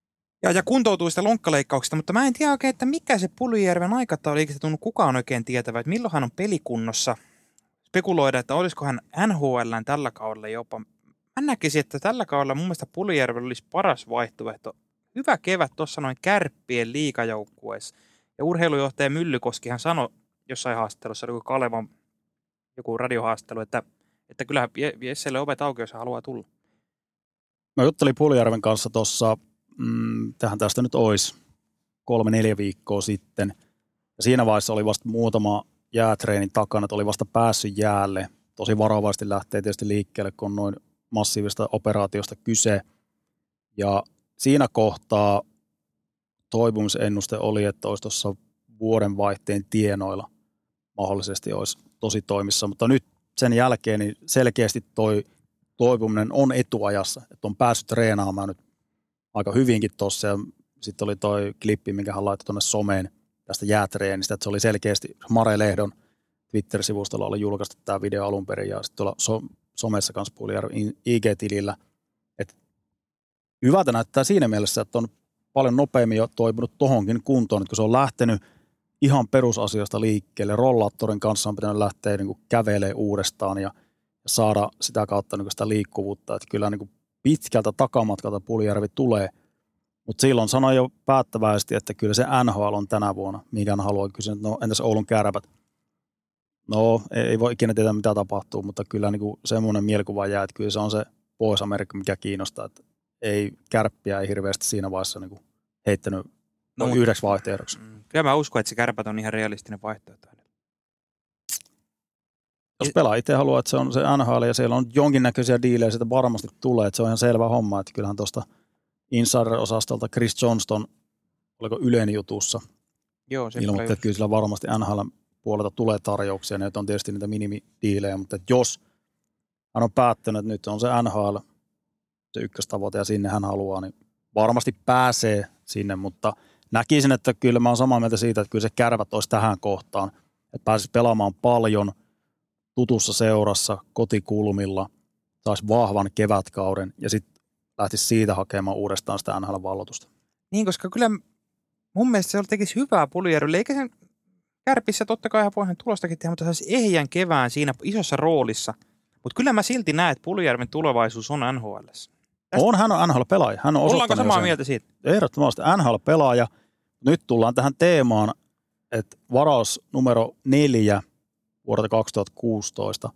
Ja, ja kuntoutuu sitä lonkkaleikkauksesta, mutta mä en tiedä oikein, että mikä se Puljujärven aikataulu, eikä se tunnu kukaan oikein tietävä, että milloin hän on pelikunnossa. Spekuloida, että olisiko hän N H L:ään tällä kaudella jopa. Mä näkisin, että tällä kaudella mun mielestä Puljujärvellä olisi paras vaihtoehto. Hyvä kevät tuossa noin Kärppien liigajoukkueessa. Ja urheilujohtaja Myllykoskihan sanoi jossain haastattelussa, joku Kalevan joku radiohaastelu, että, että kyllähän Jesselle ovet auki, jos hän haluaa tulla. Mä juttelin Puljujärven kanssa tuossa, mm, tähän tästä nyt olisi kolme, neljä viikkoa sitten. Ja siinä vaiheessa oli vasta muutama jäätreenin takana, että oli vasta päässyt jäälle. Tosi varovaisesti lähtee tietysti liikkeelle, kun on noin massiivista operaatiosta kyse. Ja siinä kohtaa toipumisennuste oli, että olisi tuossa vuodenvaihteen tienoilla mahdollisesti olisi tosi toimissa. Mutta nyt sen jälkeen niin selkeästi toi toipuminen on etuajassa, että on päässyt treenaamaan nyt aika hyvinkin tuossa. Ja sitten oli toi klippi, minkä hän laittoi tuonne someen tästä jäätreenistä, että se oli selkeästi Mare Lehdon Twitter-sivustolla oli julkaistu tämä video alun perin ja sitten tuolla so- somessa kanssa Puljujärven I G-tilillä. Et hyvältä näyttää siinä mielessä, että on paljon nopeammin jo toipunut tohonkin kuntoon, että kun se on lähtenyt ihan perusasioista liikkeelle. Rollaattorin kanssa on pitänyt lähteä niin kuin kävelemään uudestaan ja, ja saada sitä kautta niin kuin sitä liikkuvuutta. Että kyllä niin kuin pitkältä takamatkalta Puljujärvi tulee, mutta silloin sanoi jo päättäväisesti, että kyllä se N H L on tänä vuonna, mikä hän haluaa kysyä, että no entäs Oulun Kärpät? No ei voi ikinä tietää mitä tapahtuu, mutta kyllä niin kuin semmoinen mielikuva jää, että kyllä se on se Pohjois-Amerikka, mikä kiinnostaa, että ei Kärppiä ei hirveästi siinä vaiheessa niin kuin heittänyt no, yhdeksi vaihtoehdoksi. Kyllä mä uskon, että se Kärpät on ihan realistinen vaihtoehto. Jos pelaa itse haluaa, että se on se N H L ja siellä on jonkinnäköisiä diilejä, sitä varmasti tulee, että se on ihan selvä homma, että kyllähän tuosta Insider-osastolta Chris Johnston, oliko Ylen jutussa, Joo, se ilmoitti, että kyllä sillä varmasti N H L puolelta tulee tarjouksia, ne on tietysti niitä minimidiilejä, mutta jos hän on päättänyt, että nyt on se N H L, se ykköstavoite ja sinne hän haluaa, niin varmasti pääsee sinne, mutta näkisin, että kyllä mä oon samaa mieltä siitä, että kyllä se Kärpät olisi tähän kohtaan, että pääsisi pelaamaan paljon tutussa seurassa, kotikulmilla, saisi vahvan kevätkauden ja sitten lähtisi siitä hakemaan uudestaan sitä N H L-vallotusta. Niin, koska kyllä mun mielestä se tekisi hyvää Puljujärvelle, eikä sen Kärpissä totta kai ihan voihan tulostakin tehdä, mutta saisi ehjän kevään siinä isossa roolissa. Mutta kyllä mä silti näen, että Puljujärven tulevaisuus on N H L:ssä. Tästä... On, hän on N H L-pelaaja. Hän on Ollaanko samaa sen. mieltä siitä? Ehdottomasti N H L-pelaaja. Nyt tullaan tähän teemaan, että varaus numero neljä vuodelta kaksituhattakuusitoista.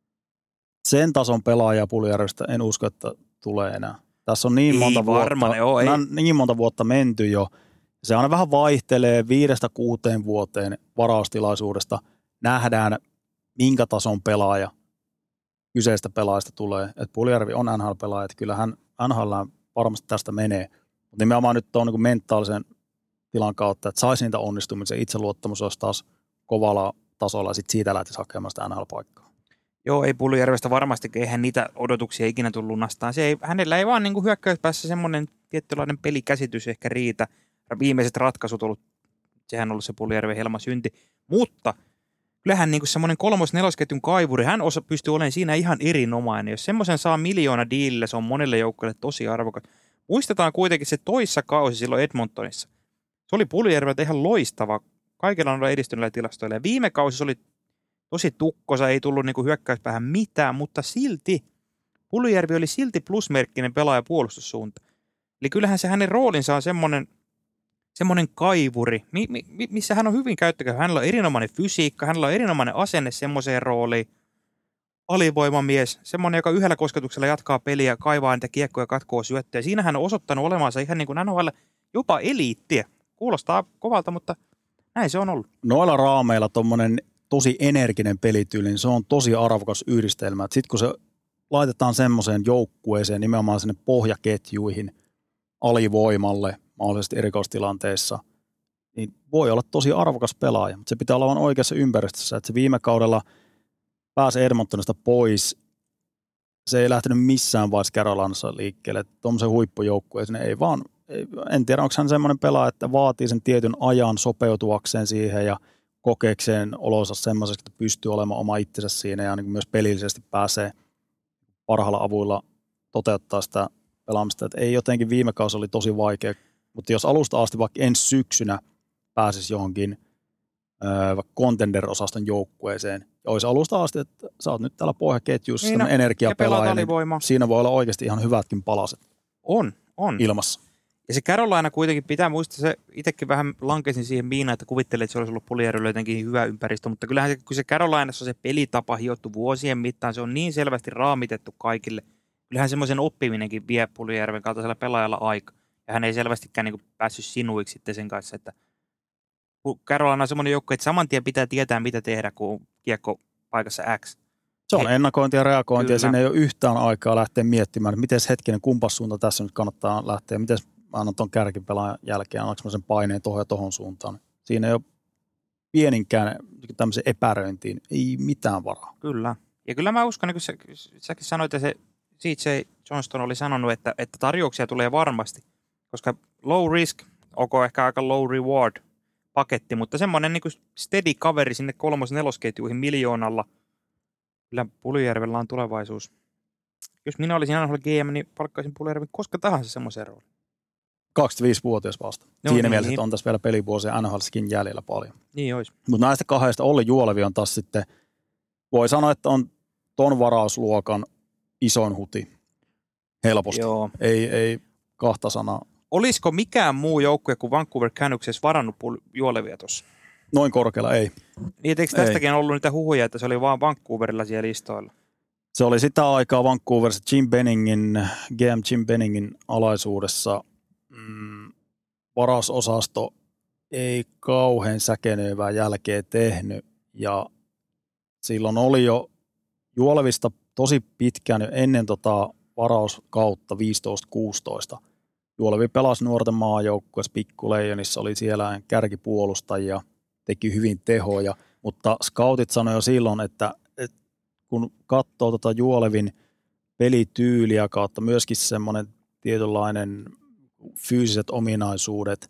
Sen tason pelaaja Puljujärvestä en usko, että tulee enää. Tässä on niin, monta varma, vuotta, joo, ei. niin monta vuotta menty jo. Se aina vähän vaihtelee viidestä kuuteen vuoteen varaustilaisuudesta. Nähdään, minkä tason pelaaja kyseistä pelaajasta tulee. Että Puljujärvi on N H L-pelaaja, että kyllähän N H L varmasti tästä menee. Mutta nimenomaan nyt on niin mentaalisen tilan kautta, että saisi niitä onnistumisia. Itseluottamus olisi taas kovalla tasolla ja sitten siitä lähtisi hakemaan sitä N H L-paikkaa. Joo, ei Puljujärvestä varmasti, eihän niitä odotuksia ikinä tullut lunastaan. Se ei, hänellä ei vaan niin kuin hyökkäyspäässä semmoinen tietynlainen pelikäsitys ehkä riitä. Viimeiset ratkaisut ollut, sehän on ollut se Puljujärven helma synti. Mutta kyllähän niin kuin semmoinen kolmos-nelosketjun kaivuri, hän osa pystyy olemaan siinä ihan erinomainen. Jos semmoisen saa miljoona diilille, se on monelle joukkueelle tosi arvokas. Muistetaan kuitenkin se toissa kausi silloin Edmontonissa. Se oli Puljujärveltä ihan loistava kaikilla on edistyneillä tilastoilla. Ja viime kausi se oli tosi tukkosa, ei tullut niin kuin hyökkäyspäähän mitään, mutta silti Puljujärvi oli silti plusmerkkinen pelaaja puolustussuunta. Eli kyllähän se hänen roolinsa on semmoinen, semmoinen kaivuri, mi, mi, missä hän on hyvin käyttökäyttö. Hänellä on erinomainen fysiikka, hänellä on erinomainen asenne semmoiseen rooliin. Alivoimamies, semmoinen, joka yhdellä kosketuksella jatkaa peliä, kaivaa niitä kiekkoja, katkoo syöttöjä. Siinä hän on osoittanut olemansa ihan niin kuin N H L jopa eliittiä. Kuulostaa kovalta, mutta näin se on ollut. Noilla raameilla tommonen tosi energinen pelityyli, niin se on tosi arvokas yhdistelmä. Sitten kun se laitetaan semmoiseen joukkueeseen, nimenomaan sinne pohjaketjuihin, alivoimalle, mahdollisesti erikoistilanteissa, niin voi olla tosi arvokas pelaaja. Mutta se pitää olla vain oikeassa ympäristössä. Että se viime kaudella pääsi Edmontonista pois. Se ei lähtenyt missään vaiheessa Carolinassa liikkeelle. Tuommoisen huippujoukkueeseen ei vaan, ei, en tiedä onko hän semmoinen pelaaja, että vaatii sen tietyn ajan sopeutuakseen siihen ja kokeekseen olonsa semmoiseksi, että pystyy olemaan oma itsensä siinä ja niin myös pelillisesti pääsee parhailla avuilla toteuttaa sitä pelaamista. Että ei jotenkin viime kausi oli tosi vaikea Mutta jos alusta asti vaikka ensi syksynä pääsisi johonkin ö, vaikka contender-osaston joukkueeseen, ja olisi alusta asti, että sä oot nyt täällä pohjaketjussa niin no, energiapelaaja, niin siinä voi olla oikeasti ihan hyvätkin palaset. On, on. Ilmassa. Ja se Carolina kuitenkin pitää muistaa, se itsekin vähän lankesin siihen miinaan, että kuvittelin, että se olisi ollut Puljärvellä jotenkin hyvä ympäristö, mutta kyllähän se, kun se Carolinassa se pelitapa hiottu vuosien mittaan, se on niin selvästi raamitettu kaikille. Kyllähän semmoisen oppiminenkin vie Puljärven kaltaisella pelaajalla aika. Ja hän ei selvästikään niin kuin päässyt sinuiksi sitten sen kanssa, että Carolina on semmoinen joukko, että saman tien pitää tietää, mitä tehdä, kun on kiekko paikassa X. Se on ennakointia ja reagointia, ja siinä ei ole yhtään aikaa lähteä miettimään, että miten hetkinen kumpas suunta tässä nyt kannattaa lähteä, miten mä annan tuon kärkipelaajan jälkeen, annanko mä sen paineen tuohon ja tuohon suuntaan. Siinä ei ole pieninkään tämmöisen epäröintiin, ei mitään varaa. Kyllä. Ja kyllä mä uskon, niin kuin sä, säkin sanoit, että se C J Johnston oli sanonut, että, että tarjouksia tulee varmasti, koska low risk, onko ehkä aika low reward paketti, mutta semmoinen niin kuin steady kaveri sinne kolmos-nelosketjuihin miljoonalla. Kyllä Puljärvellä on tulevaisuus. Jos minä olisin N H L G M, niin palkkaisin Puljärven koska tahansa semmoisen roolin. kaksikymmentäviisivuotias vasta. No Siinä niin, mielessä, niin. että on tässä vielä pelivuosia N H L:ssäkin jäljellä paljon. Niin olisi. Mutta näistä kahdesta Olli Juolevi on taas sitten, voi sanoa, että on ton varausluokan isoin huti. Helposti. Joo. Ei, ei kahta sanaa. Olisiko mikään muu joukkue kuin Vancouver Canucks edes varannut Juolevia tuossa? Noin korkealla ei. Niin, eikö tästäkin ei. ollut niitä huhuja, että se oli vaan Vancouverilla siellä listoilla? Se oli sitä aikaa Vancouverissa Jim Benningin, G M Jim Benningin alaisuudessa. Mm, varausosasto ei kauhean säkenöivää jälkeä tehnyt ja silloin oli jo Juolevista tosi pitkään jo ennen tota varauskautta viisitoista kuusitoista. Juolevi pelasi nuorten maajoukkueessa Pikkuleijonissa, oli siellä kärkipuolustajia, teki hyvin tehoja, mutta scoutit sanoi jo silloin, että, että kun katsoo tota Juolevin pelityyliä kautta myöskin semmoinen tietynlainen fyysiset ominaisuudet,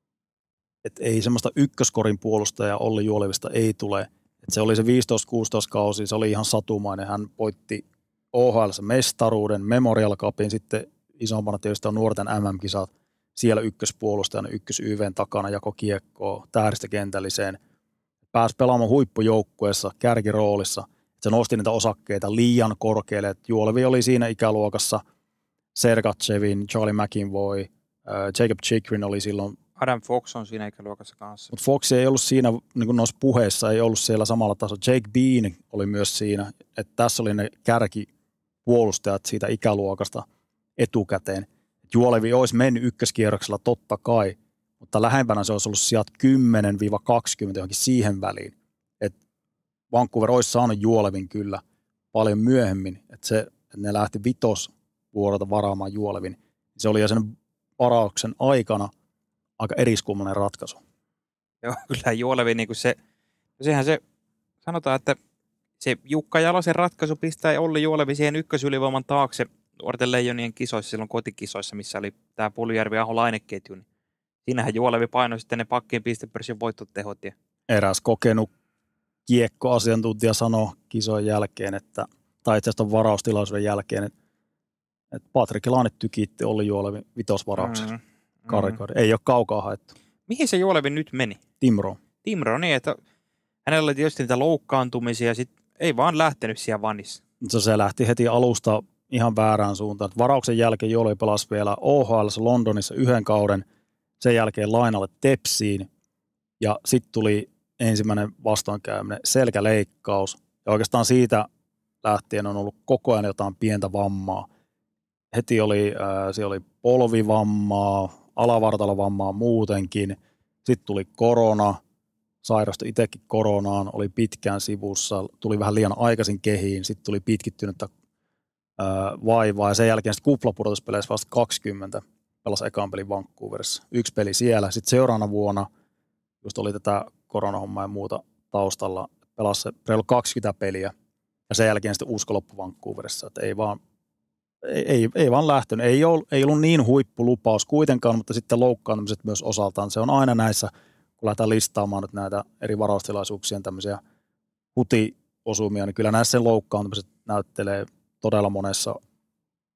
että ei semmoista ykköskorin puolustajaa Olli Juolevista ei tule. Että se oli se viisitoista kuusitoista kausi, se oli ihan satumainen. Hän voitti O H L:ssä mestaruuden, Memorial Cupin, sitten isompana tietysti on nuorten M M-kisat. Siellä ykköspuolustajana, ykkös Y V:n takana, jako kiekkoa tähdistä kentälliseen. Pääsi pelaamaan huippujoukkueessa, kärkiroolissa. Se nosti niitä osakkeita liian korkealle. Et Juolevi oli siinä ikäluokassa. Sergatsevin, Charlie McInvoy, äh, Jacob Chikrin oli silloin. Adam Fox on siinä ikäluokassa kanssa. Mutta Fox ei ollut siinä, niin kuin noissa puheissa, ei ollut siellä samalla tasolla. Jake Bean oli myös siinä. Että tässä oli ne kärkipuolustajat siitä ikäluokasta etukäteen. Juolevi olisi mennyt ykköskierroksella totta kai, mutta lähempänä se olisi ollut sieltä kymmenen kaksikymmentä johonkin siihen väliin. Että Vancouver olisi saanut Juolevin kyllä paljon myöhemmin. Että se, että ne lähti vitosvuorolta varaamaan Juolevin. Se oli jo sen varauksen aikana aika eriskummallinen ratkaisu. Joo, kyllä Juolevi, niin kuin se, sehän se, sanotaan, että se Jukka Jalosen ratkaisu pistää Olli Juolevi siihen ykkösylivoiman taakse nuorten leijonien kisoissa, silloin kotikisoissa, missä oli tämä Puljärvi Aho Laineketju, niin siinähän Juolevi painoi sitten ne pakkien pistepörssin voittotehot. Ja eräs kokenut kiekkoasiantuntija sanoi kisojen jälkeen, että, tai itse asiassa ton varaustilaisuuden jälkeen, että, että Patrik Laine tykitti Olli Juolevi vitosvarauksessa. Mm, mm. Ei ole kaukaa haettu. Mihin se Juolevi nyt meni? Timroon. Timroon, niin, että hänellä oli tietysti niitä loukkaantumisia, sit ei vaan lähtenyt siellä vanissa. Se, se lähti heti alusta ihan väärään suuntaan. Varauksen jälkeen Juolevi pelasi vielä O H L:ssä Londonissa yhden kauden, sen jälkeen Lainalle Tepsiin, ja sitten tuli ensimmäinen vastoinkäyminen, selkäleikkaus, ja oikeastaan siitä lähtien on ollut koko ajan jotain pientä vammaa. Heti oli, äh, siellä oli polvivammaa, alavartalovammaa muutenkin, sitten tuli korona, sairastui itsekin koronaan, oli pitkään sivussa, tuli vähän liian aikaisin kehiin, sitten tuli pitkittynyttä äh, vaivaa, ja sen jälkeen sitten kuplapudotuspeleissä vasta kaksikymmentä, pelasi ekan pelin Vancouverissa, yksi peli siellä, sitten seuraavana vuonna, just oli tätä koronahommaa ja muuta taustalla, pelasi reilu kaksikymmentä peliä, ja sen jälkeen sitten usko loppu Vancouverissa, että ei vaan, ei, ei, ei vaan lähtenyt, ei ollut, ei ollut niin huippulupaus kuitenkaan, mutta sitten loukkaantumiset myös osaltaan, se on aina näissä, kun lähdetään listaamaan nyt näitä eri varaustilaisuuksien tämmöisiä hutiosumia, niin kyllä näissä loukkaantumiset näyttelee todella monessa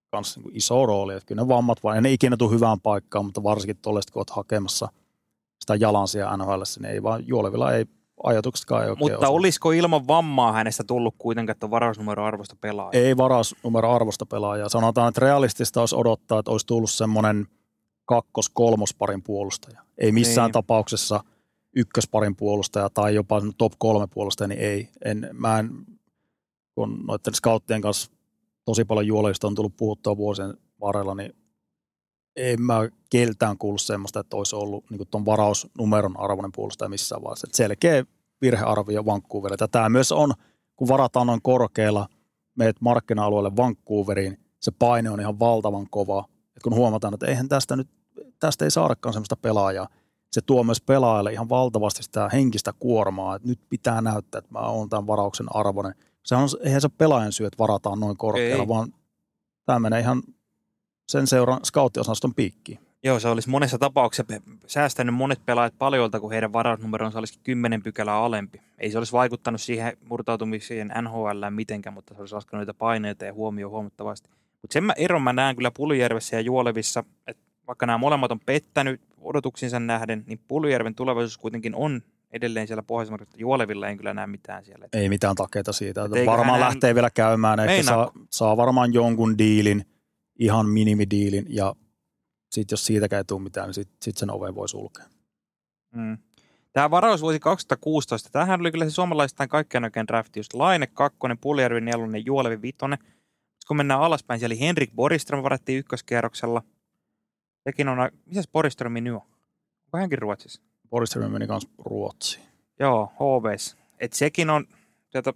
kanssa niin iso rooli. Että kyllä ne vammat vaan, ja ne ikinä tule hyvään paikkaan, mutta varsinkin tuollaista, kun olet hakemassa sitä jalansia N H L:ssä, niin ei vaan juolevilla ei ajatuksetkaan ei oikein Mutta osa. olisiko ilman vammaa hänestä tullut kuitenkaan, että on varausnumeroarvosta pelaaja? Ei varausnumeroarvosta pelaajaa. Sanotaan, että realistista olisi odottaa, että olisi tullut semmoinen kakkos-kolmosparin puolustaja. Ei missään niin. tapauksessa ykkösparin puolustaja tai jopa top kolme puolustaja, niin ei. En, mä en, kun noiden scouttien kanssa tosi paljon juolista on tullut puhuttua vuosien varrella, niin en mä keltään kuullut semmoista, että olisi ollut niin tuon varausnumeron arvoinen puolustaja missään vaiheessa. Että selkeä virhearvio Vancouverille. Tämä myös on, kun varataan noin korkealla, meet markkina-alueelle Vancouveriin, se paine on ihan valtavan kova. Et kun huomataan, että eihän tästä nyt, tästä ei saadakaan semmoista pelaajaa, se tuo myös pelaajalle ihan valtavasti sitä henkistä kuormaa, että nyt pitää näyttää, että mä oon tämän varauksen arvoinen. Se on, eihän se pelaajan syy, että varataan noin korkealla, ei. Vaan tämä menee ihan sen seuran scouttiosaston piikkiin. Joo, se olisi monessa tapauksessa säästänyt monet pelaajat paljolta, kun heidän varausnumeronsa olisikin kymmenen pykälää alempi. Ei se olisi vaikuttanut siihen murtautumiseen N H L:ään mitenkään, mutta se olisi laskenut niitä paineita ja huomioon huomattavasti. Mutta sen mä eron mä näen kyllä Puljujärvessä ja Juolevissa, että vaikka nämä molemmat on pettänyt odotuksinsa nähden, niin Puljujärven tulevaisuus kuitenkin on edelleen siellä Pohjois-Amerikassa. Juolevilla ei kyllä näe mitään siellä. Ei mitään takeita siitä. Varmaan hän lähtee vielä käymään, että saa, saa varmaan jonkun diilin, ihan minimidiilin, ja sitten jos siitäkään ei tule mitään, niin sitten sit sen oven voi sulkea. Mm. Tämä varausvuosi kaksituhattakuusitoista, tämähän oli kyllä se suomalaistain kaikkein oikein drafti, just Laine kakkonen, Puljujärvi nelonen, Juolevi vitonen. Kun mennään alaspäin, siellä oli Henrik Borgström varattiin ykköskierroksella. Sekin on, misäs Borgströmi nyt on? Onko hänkin Ruotsissa? Borgström meni kanssa Ruotsiin. Joo, H V:ssä. Että sekin on sieltä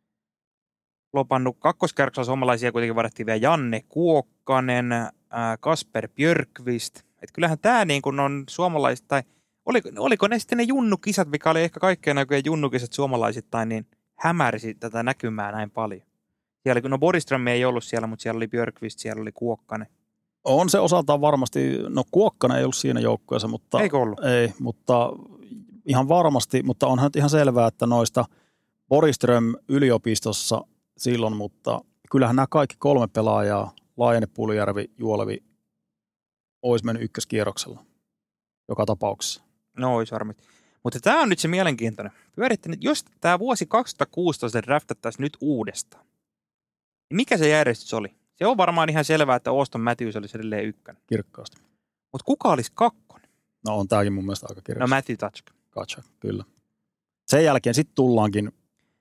lopannut kakkoskierroksella suomalaisia, kuitenkin varattiin vielä Janne Kuokkanen, äh, Kasper Björkvist. Että kyllähän tämä niin kuin on suomalaiset, tai oliko, oliko ne sitten ne junnukisat, mikä oli ehkä kaikkein näköjään junnukisat suomalaisittain, niin hämärisi tätä näkymää näin paljon. Siellä, no Borgström ei ollut siellä, mutta siellä oli Björkvist, siellä oli Kuokkanen. On se osaltaan varmasti, no Kuokkanen ei ollut siinä joukkueessa, mutta eikö ollut? Ei, mutta ihan varmasti, mutta onhan ihan selvää, että noista Borgström yliopistossa silloin, mutta kyllähän nämä kaikki kolme pelaajaa, Laine, Puljujärvi, Juolevi, olisi mennyt ykköskierroksella joka tapauksessa. No olisi varmasti. Mutta tämä on nyt se mielenkiintoinen. Pyörittänyt, jos tämä vuosi kaksituhattakuusitoista draftattaisiin nyt uudestaan, niin mikä se järjestys oli? Se on varmaan ihan selvää, että Auston Matthews olisi edelleen ykkönen. Kirkkaasti. Mutta kuka olisi kakkonen? No on tämäkin mun mielestä aika kirkkaasti. No Matthew Tkachuk. Tkachuk, kyllä. Sen jälkeen sitten tullaankin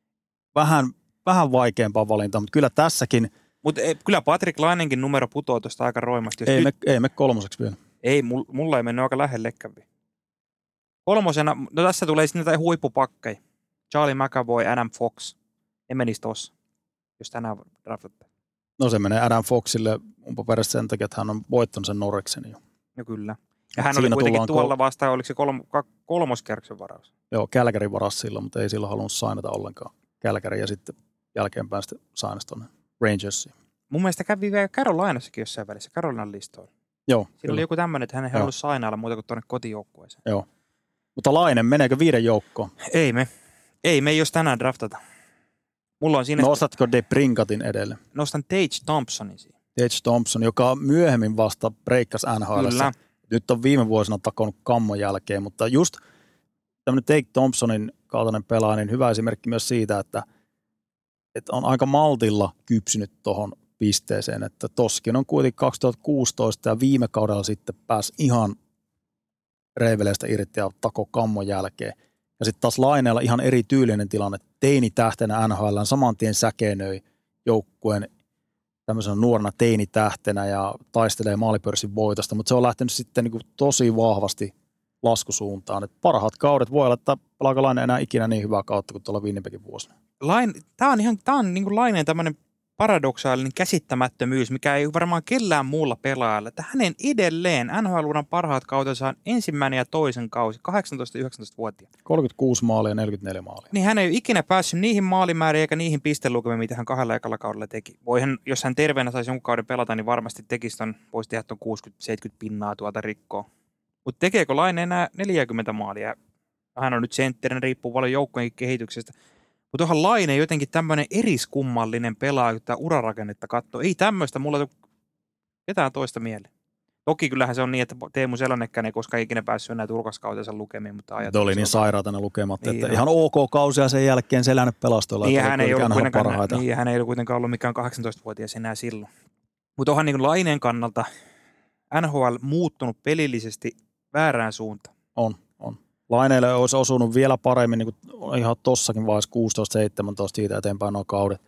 vähän, vähän vaikeampaa valintaa, mutta kyllä tässäkin. Mutta kyllä Patrick Lainenkin numero putoaa tuosta aika roimasti. Ei, nyt... me, ei me kolmoseksi vielä. Ei, mulla ei mennyt aika lähellekään vielä. Kolmosena, no tässä tulee sitten jotain huippupakkeja. Charlie McAvoy, Adam Fox. Ne menisi tossa, jos tänään draftataan. No se menee Adam Foxille onpa perässä sen takia, että hän on voittanut sen Norreksen jo. No kyllä. Ja hän oli kuitenkin tuolla kol- vastaan, oliko se kolm, kolmoskerroksen varaus? Joo, Kälkärin varas silloin, mutta ei silloin halunnut sainata ollenkaan Kälkärin ja sitten jälkeenpäin sitten sainasi tuonne Rangersiin. Mun mielestä kävi vielä Carolinassakin jossain välissä, Carolinan listoilla. Joo. Siinä kyllä oli joku tämmöinen, että hän ei halunnut sainailla muuta kuin tuonne kotijoukkueeseen. Joo. Mutta Laine, meneekö viiden joukkoon? Ei me. Ei me, jos tänään draftata. Mulla on siinä... Nostatko De Brinkatin edelle? Nostan Tage Thompsonin siinä. Tage Thompson, joka myöhemmin vasta breikkasi N H L:ssä. Nyt on viime vuosina takonut kammon jälkeen, mutta just tämmöinen Tage Thompsonin kaltainen pelaaja, niin hyvä esimerkki myös siitä, että, että on aika maltilla kypsynyt tuohon pisteeseen, että toskin on kuitenkin kaksituhattakuusitoista ja viime kaudella sitten pääsi ihan reiveleistä irti ja tako kammon jälkeen. Ja sitten taas Laineella ihan eri tyylinen tilanne. Teinitähtenä N H L saman tien säkenöi joukkueen tämmöisenä nuorena teinitähtenä ja taistelee maalipörssin voitosta, mutta se on lähtenyt sitten niin kuin tosi vahvasti laskusuuntaan. Et parhaat kaudet voi olla, että pelaako Laine enää ikinä niin hyvää kautta kuin tuolla Winnipegin vuosina. Laine, tämä on ihan tämä on niin kuin Laineen tämmöinen paradoksaalinen käsittämättömyys, mikä ei varmaan kellään muulla pelaajalla, että hänen edelleen N H L-uran parhaat kautensa on ensimmäinen ja toisen kausi, kahdeksantoista-yhdeksäntoista-vuotiaana. kolmekymmentäkuusi maalia ja neljäkymmentäneljä maalia. Niin hän ei ole ikinä päässyt niihin maalimääriin eikä niihin pistelukemiin, mitä hän kahdella ekalla kaudella teki. Voihan, jos hän terveenä saisi jonkun kauden pelata, niin varmasti tekisi ton, voisi tehdä tuon kuusikymmentä seitsemänkymmentä pinnaa tuolta rikkoa. Mutta tekeekö Laine enää neljäkymmentä maalia? Hän on nyt sentterinä, riippuu paljon joukkojenkin kehityksestä. Mutta onhan Laine jotenkin tämmöinen eriskummallinen pelaaja, kun tämä urarakennetta katsoo. Ei tämmöistä, mulla Ketään toista mieleen. Toki kyllähän se on niin, että Teemu Selännekkään ei koskaan ikinä päässyt enää turkaskautensa lukemiin, mutta ajattelin. Oli niin sairaata ne lukemat, niin, että no. ihan ok kausia sen jälkeen Selänne pelastoilla. Niin, hän ei, ollut niin hän ei ollut kuitenkaan ollut mikään kahdeksantoistavuotias enää silloin. Mutta onhan niin Laineen kannalta N H L muuttunut pelillisesti väärään suuntaan. On, on. Laineelle olisi osunut vielä paremmin, niin kuin ihan tossakin vaiheessa kuusitoista seitsemäntoista siitä eteenpäin nuo kaudet.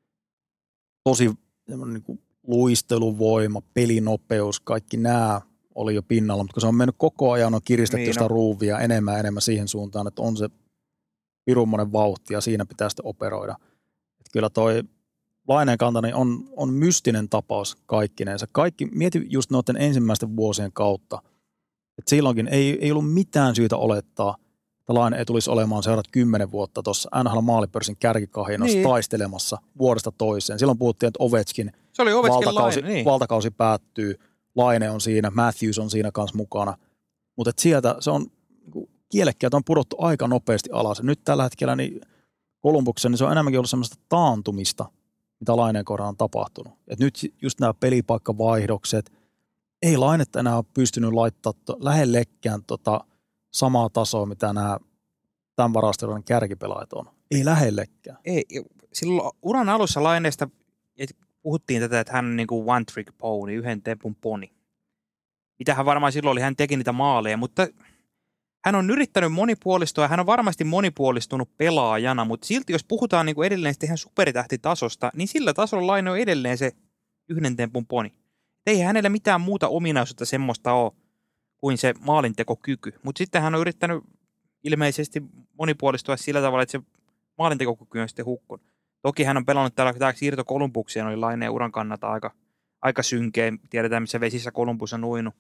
Tosi niin kuin luisteluvoima, pelinopeus, kaikki nämä oli jo pinnalla, mutta kun se on mennyt koko ajan, on kiristetty niin, sitä no. ruuvia enemmän ja enemmän siihen suuntaan, että on se pirummonen vauhti ja siinä pitää sitten operoida. Että kyllä toi Laineen kanta niin on, on mystinen tapaus kaikkineensa. Kaikki, mieti just noiden ensimmäisten vuosien kautta, että silloinkin ei, ei ollut mitään syytä olettaa, että Laine ei tulisi olemaan seuraavat kymmenen vuotta tuossa N H L-maalipörssin kärkikahinossa niin. taistelemassa vuodesta toiseen. Silloin puhuttiin, että Ovechkin, se oli Ovechkin valtakausi, Laine, niin. valtakausi päättyy, Laine on siinä, Matthews on siinä kanssa mukana. Mutta sieltä se on, kielekkäät on pudottu aika nopeasti alas. Nyt tällä hetkellä niin Columbuksen, niin se on enemmänkin ollut semmoista taantumista, mitä Laineen kohdalla on tapahtunut. Et nyt just nämä pelipaikkavaihdokset, ei Lainetta enää ole pystynyt laittamaan to, lähellekään tota samaa tasoa, mitä nämä tämän varastoiden kärkipelaajat on. Ei lähellekään. Ei, silloin uran alussa Laineesta puhuttiin tätä, että hän on niin kuin one trick pony, yhden tempun poni. Mitähän varmaan silloin oli, hän teki niitä maaleja, mutta hän on yrittänyt monipuolistua ja hän on varmasti monipuolistunut pelaajana, mutta silti jos puhutaan niin kuin edelleen ihan supertähtitasosta, niin sillä tasolla Laine on edelleen se yhden tempun poni. Ei hänellä mitään muuta ominaisuutta semmoista ole kuin se maalintekokyky, mutta sitten hän on yrittänyt ilmeisesti monipuolistua sillä tavalla, että se maalintekokyky on sitten hukkunut. Toki hän on pelannut täällä, tämä siirto Columbukseen oli Laineen uran kannalta aika, aika synkeä. Tiedetään, missä vesissä Columbus on uinut.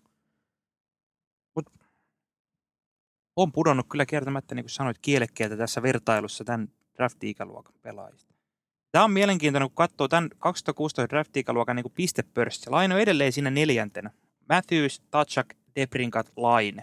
Mutta on pudonnut kyllä kiertämättä, niin kuin sanoit, kielekkeeltä tässä vertailussa tämän draft-ikäluokan pelaajista. Tämä on mielenkiintoinen, kun katsoo tämän kaksituhattakuusitoista draft-ikäluokan niin pistepörssi. Laine on edelleen siinä neljäntenä. Matthews, Tkachuk, Debrincat, Laine.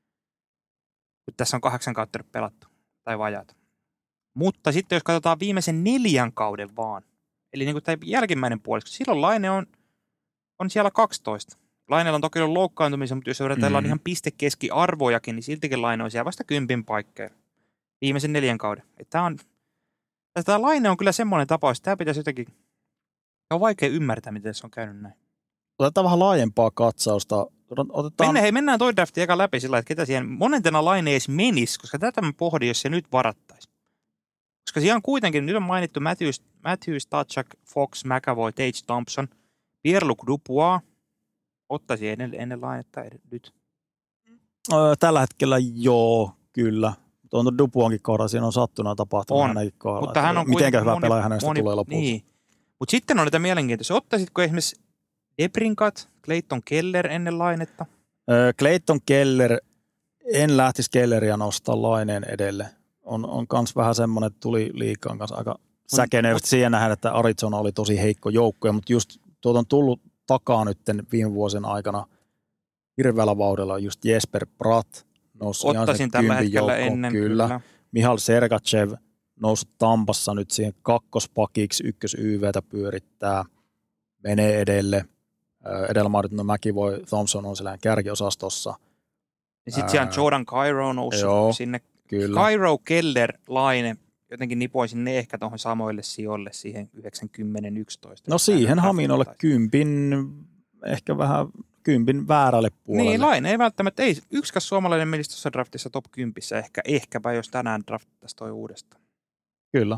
Nyt tässä on kahdeksan kautta pelattu, tai vajaat. Mutta sitten jos katsotaan viimeisen neljän kauden vaan, eli niin kuin tämä jälkimmäinen puolisko, silloin Laine on, on siellä kaksitoista. Laineella on toki ollut loukkaantumisen, mutta jos verrataan mm-hmm. ihan pistekeskiarvojakin, niin siltikin Laine on siellä vasta kympin paikkeilla. Viimeisen neljän kauden. Tämä, on, tämä Laine on kyllä semmoinen tapaus, että tämä pitäisi jotenkin, on vaikea ymmärtää, miten se on käynyt näin. Otetaan vähän laajempaa katsausta. Otetaan... Mennään, hei, mennään toi drafti eka läpi sillä, että ketä siihen monentena Laine edes menisi, koska tätä mä pohdin, jos se nyt varattaisi. Koska siellä on kuitenkin, nyt on mainittu Matthews, Matthews Tkachuk, Fox, McAvoy, Tage Thompson, Pierre-Luc Dubois, ottaisi ennen, ennen Lainetta nyt. Tällä hetkellä joo, kyllä. Tuon Dubois'nkin kohdalla siinä on sattunut tapahtunut hänenkin kohdalla. Mutta hän on mitenkä hyvä moni, pelaaja hänestä moni, tulee lopulta. Niin. Mutta sitten on niitä mielenkiintoisia. Ottaisitko esimerkiksi Debrincat, Clayton Keller ennen Lainetta? Clayton Keller, en lähtisi Kelleriä nostaa Laineen edelle. On, on kans vähän semmoinen, että tuli liikaan kanssa aika säkenöistä siihen nähdä, että Arizona oli tosi heikko joukko, mutta just tuota on tullut takaa nyt viime vuosien aikana hirveällä vauhdilla just Jesper Bratt noussut ottaisin tällä hetkellä joukkoon, ennen kyllä. kyllä. Mihal Sergachev noussut Tampassa nyt siihen kakkospakiksi, ykkös Y V:tä pyörittää, menee edelle. Edellä mainittu McAvoy, Thompson on siellä kärkiosastossa. Ja sitten siellä on Jordan Cairo noussut joo, sinne. Kyllä. Cairo, Keller, Laine, jotenkin nipoisin ne ehkä tuohon samoille sijoille siihen yhdeksänkymmentä yksitoista. No siihen Haminolle kympin, ehkä vähän kympin väärälle puolelle. Niin, Laine ei välttämättä, ei yksikään suomalainen menisi tuossa draftissa top kympissä ehkä, ehkäpä jos tänään draftaisi toi uudestaan. Kyllä.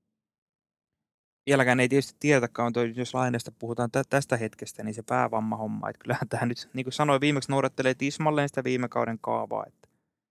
Vieläkään ei tietysti tiedetäkään, jos Laineesta puhutaan tästä hetkestä, niin se päävammahomma. Että kyllähän tämä nyt, niin kuin sanoin, viimeksi noudattelee tismalleen sitä viime kauden kaavaa. Että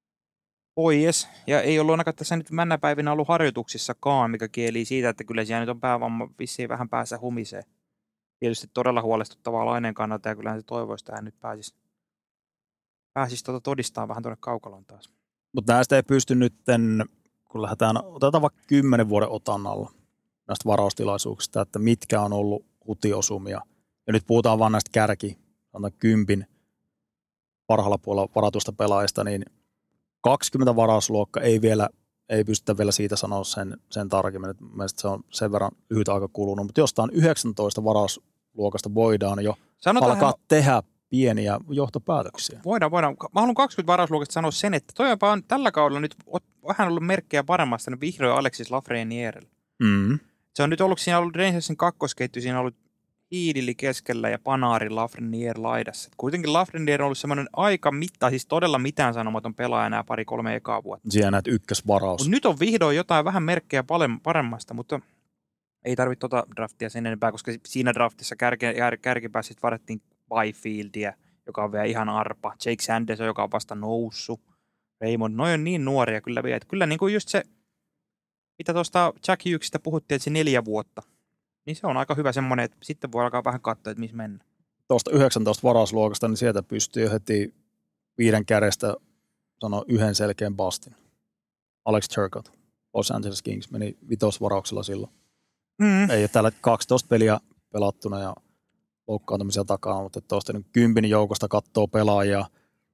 pois. Ja ei ollut ainakaan tässä nyt männäpäivinä ollut harjoituksissakaan, mikä kieli siitä, että kyllä siellä nyt on päävamma vissiin vähän päässä humiseen. Tietysti todella huolestuttavaa Laineen kannalta, ja kyllähän se toivoisi, että hän nyt pääsisi, pääsisi tuota todistamaan vähän tuonne kaukaloon taas. Mutta näistä ei pysty nyt, kun lähdetään, otetaan vaikka kymmenen vuoden otannalla näistä varaustilaisuuksista, että mitkä on ollut hutiosumia. Ja nyt puhutaan vaan näistä kärki, kympin parhaalla puolella varatusta pelaajista, niin kaksikymmentä varausluokka ei vielä, ei pystytä vielä siitä sanoa sen, sen tarkemmin, että mielestäni se on sen verran lyhyt aika kulunut, mutta jostain yhdeksäntoista varaus, varasluokasta voidaan jo Sanotaan, alkaa hän... tehdä pieniä johtopäätöksiä. Voidaan, voidaan. Mä haluan kaksikymmentä varasluokasta sanoa sen, että toi on tällä kaudella nyt vähän ollut merkkejä paremmasta niin vihdoin Alexis Lafreniereillä. Mm. Se on nyt ollut siinä ollut Rangersin kakkosketju, siinä on ollut Hiidili keskellä ja Panaari Lafreniere laidassa. Kuitenkin Lafreniere on ollut semmoinen aika mitta, siis todella mitään sanomaton pelaaja nämä pari-kolme ekaa vuotta. Siellä näet ykkösvaraus. Mut nyt on vihdoin jotain vähän merkkejä paremmasta, mutta ei tarvitse tota draftia sen enempää, koska siinä draftissa kärki, kärkipäässä sitten varattiin Byfieldia, joka on vielä ihan arpa. Jake Sanderson, joka on vasta noussut. Raymond, noi on niin nuoria kyllä vielä. Kyllä niin kuin just se, mitä tuosta Jack Hughesista puhuttiin, että se neljä vuotta. Niin se on aika hyvä semmoinen, että sitten voi alkaa vähän katsoa, että missä mennään. Tuosta yhdeksäntoista varausluokasta, niin sieltä pystyy jo heti viiden kädestä sanoa yhden selkeän bastin. Alex Turcotte, Los Angeles Kings, meni vitosvarauksella silloin. Mm. Ei ole täällä kaksitoista peliä pelattuna ja loukkaantumisia takana, mutta tuosta nyt kympin joukosta katsoo pelaajia.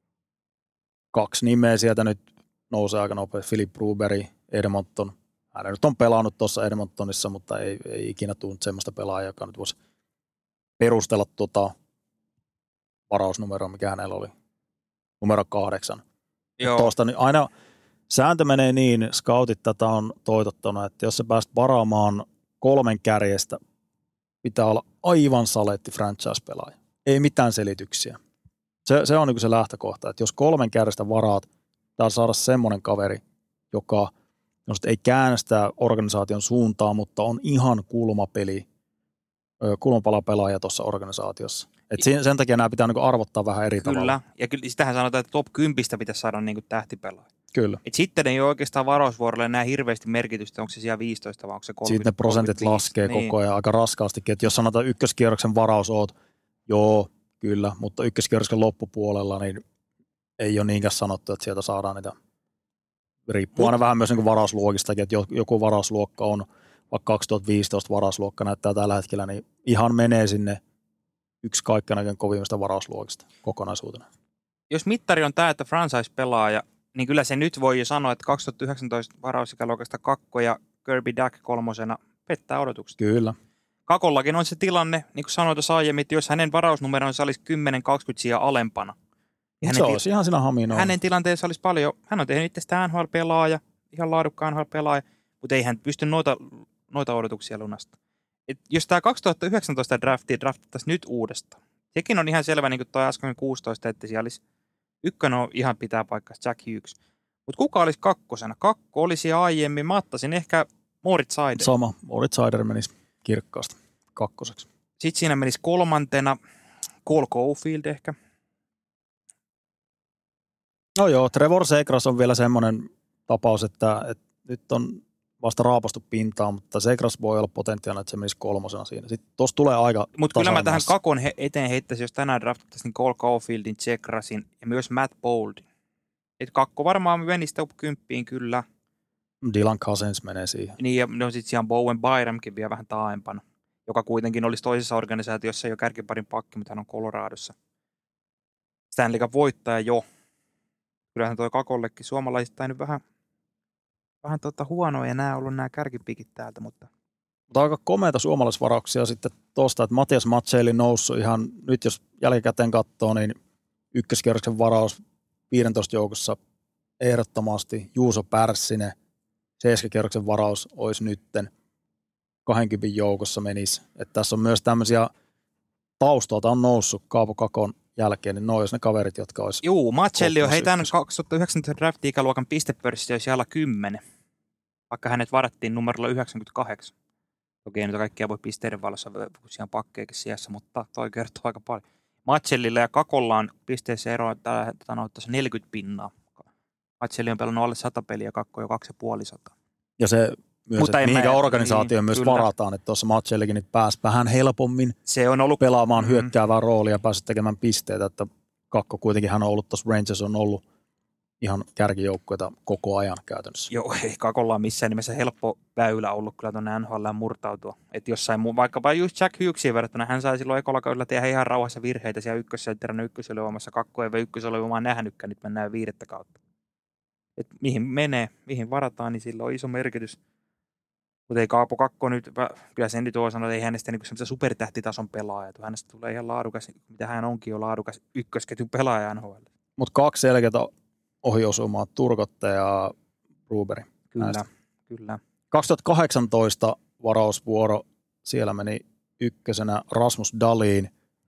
Kaksi nimeä sieltä nyt nousee aika nopeasti. Philip Broberg, Edmonton. Hän nyt on pelannut tuossa Edmontonissa, mutta ei, ei ikinä tullut semmoista pelaajaa, joka nyt voisi perustella tuota varausnumeroa, mikä hänellä oli. Numero kahdeksan. Tuosta niin aina sääntö menee niin, scoutit tätä on toitottanut, että jos sä pääst varaamaan kolmen kärjestä, pitää olla aivan saletti franchise-pelaaja. Ei mitään selityksiä. Se, se on niin kuin se lähtökohta, että jos kolmen kärjestä varaat, pitää saada semmoinen kaveri, joka ei käännä sitä organisaation suuntaa, mutta on ihan kulmapeli, kulmapalapelaaja tuossa organisaatiossa. Et sen, sen takia nämä pitää niin kuin arvottaa vähän eri kyllä. tavalla. Ja kyllä sitähän sanotaan, että top kymmenen pitäisi saada niin kuin tähtipelaaja. Kyllä. Et sitten ei ole oikeastaan varausvuorolle enää hirveästi merkitystä, onko se siellä viisitoista vai onko se kolmekymmentä. Sitten ne prosentit kolmekymmentäviisi laskee niin koko ajan aika raskaastikin, että jos sanotaan ykköskierroksen varaus oot, joo, kyllä, mutta ykköskierroksen loppupuolella niin ei ole niinkään sanottu, että sieltä saadaan niitä. Riippuu aina vähän myös niin kuin varausluokistakin, että joku varausluokka on, vaikka kaksituhattaviisitoista varausluokka näyttää tällä hetkellä, niin ihan menee sinne yksi kaikkein kovimmista varausluokista kokonaisuutena. Jos mittari on tämä, että franchise-pelaaja, niin kyllä se nyt voi jo sanoa, että kaksituhattayhdeksäntoista varausikäluokasta kakko ja Kirby Dach kolmosena pettää odotukset. Kyllä. Kakollakin on se tilanne, niin kuin sanoin tuossa aiemmin, että jos hänen varausnumeronsa olisi kymmenen kaksikymmentä sijaa alempana. Niin se olisi ihan siinä haminoilla. Hänen tilanteensa olisi paljon, hän on tehnyt itse N H L-pelaaja, ihan laadukkaan N H L-pelaaja, mutta ei hän pysty noita, noita odotuksia lunasta. Et jos tämä kaksituhattayhdeksäntoista drafti draftattaisiin nyt uudestaan, sekin on ihan selvä, niin kuin tuo äsken kuusitoista, että siellä olisi ykkönen on ihan pitää paikkaa Jack Hughes. Mutta kuka olisi kakkosena? Kakko olisi aiemmin, mä ottaisin ehkä Moritz Seider. Sama, Moritz Seider menisi kirkkaasti kakkoseksi. Sitten siinä menisi kolmantena Cole Caulfield ehkä. No joo, Trevor Zegras on vielä semmoinen tapaus, että, että nyt on vasta raapastu pintaan, mutta Zegras voi olla potentiaalinen, että se menisi kolmosena siinä. Sitten tuossa tulee aika mutta kyllä mä tähän kakon he, eteen heittäisin, jos tänään draftattaisiin niin Cole Caulfieldin, Zegrasin ja myös Matt Boldin. Et kakko varmaan menisi top kymppiin kyllä. Dylan Cousins menee siihen. Niin ja no sitten siellä Bowen Byramkin vielä vähän taaempana, joka kuitenkin olisi toisessa organisaatiossa jo kärkiparin pakki, mutta hän on Coloradossa. Stanley Cup voittaja jo. Kyllähän toi kakollekin suomalaiset tainnut vähän, vähän tota huonoja nämä ollut nämä kärkipikit täältä, mutta... Mutta aika komeita suomalaisvarauksia sitten tuosta, että Matias Matseli noussut ihan, nyt jos jälkikäteen katsoo, niin ykköskierroksen varaus viidentoista joukossa ehdottomasti. Juuso Pärssinen, seiskakierroksen varaus olisi nytten kaksikymmentä joukossa menisi. Että tässä on myös tämmöisiä taustalta on noussut Kaapo Kakon jälkeen, niin ne olisi ne kaverit, jotka olisi... Juu, Matselli on hei tämän kaksituhattayhdeksäntoista drafti-ikäluokan pistepörssi olisi alla kymmenen, vaikka hänet varattiin numerolla yhdeksänkymmentäkahdeksan. Toki ei nyt kaikkia voi pisteiden valossa, kun siellä on pakkeekin sijassa, mutta toi kertoo aika paljon. Matsellilla ja Kakolla on pisteessä eroa, että tämä on neljäkymmentä pinnaa. Matselli on pelannut alle sata peliä, Kakko jo kaksi ja puoli sataa. Ja se myös, mutta että mihinkä organisaatio niin, myös kyllä varataan, että tuossa Matsellikin nyt pääsi vähän helpommin se on ollut pelaamaan mm-hmm. hyökkäävää roolia ja pääsi tekemään pisteitä, että Kakko kuitenkin hän on ollut tuossa Rangers on ollut ihan kärkijoukkoita koko ajan käytännössä. Joo, ei Kakolla missään nimessä helppo väylä ollut kyllä tuonne N H L:ään murtautua. Että jossain muu, vaikkapa just Jack Hughesiin verrattuna, hän sai silloin ekolla kaudella tehdä ihan rauhassa virheitä siellä ykkössentterinä ykköselyomassa, Kakko ei ykköselyomaan nähnytkään, nyt mennään viidettä kautta. Et mihin menee, mihin varataan, niin sillä on iso merkitys. Mutta ei Kaapo Kakko nyt, kyllä sen nyt voi sanoa, että ei hänestä niinku semmoista supertähtitason pelaaja. Hänestä tulee ihan laadukas, mitä hän onkin jo laadukas ykkösketjun pelaaja N H L. Mutta kaksi selkeätä ohiosumaa, Turkotte ja Bruberi. Kyllä, näistä. kyllä. kaksituhattakahdeksantoista varausvuoro, siellä meni ykkösenä Rasmus Dahlin.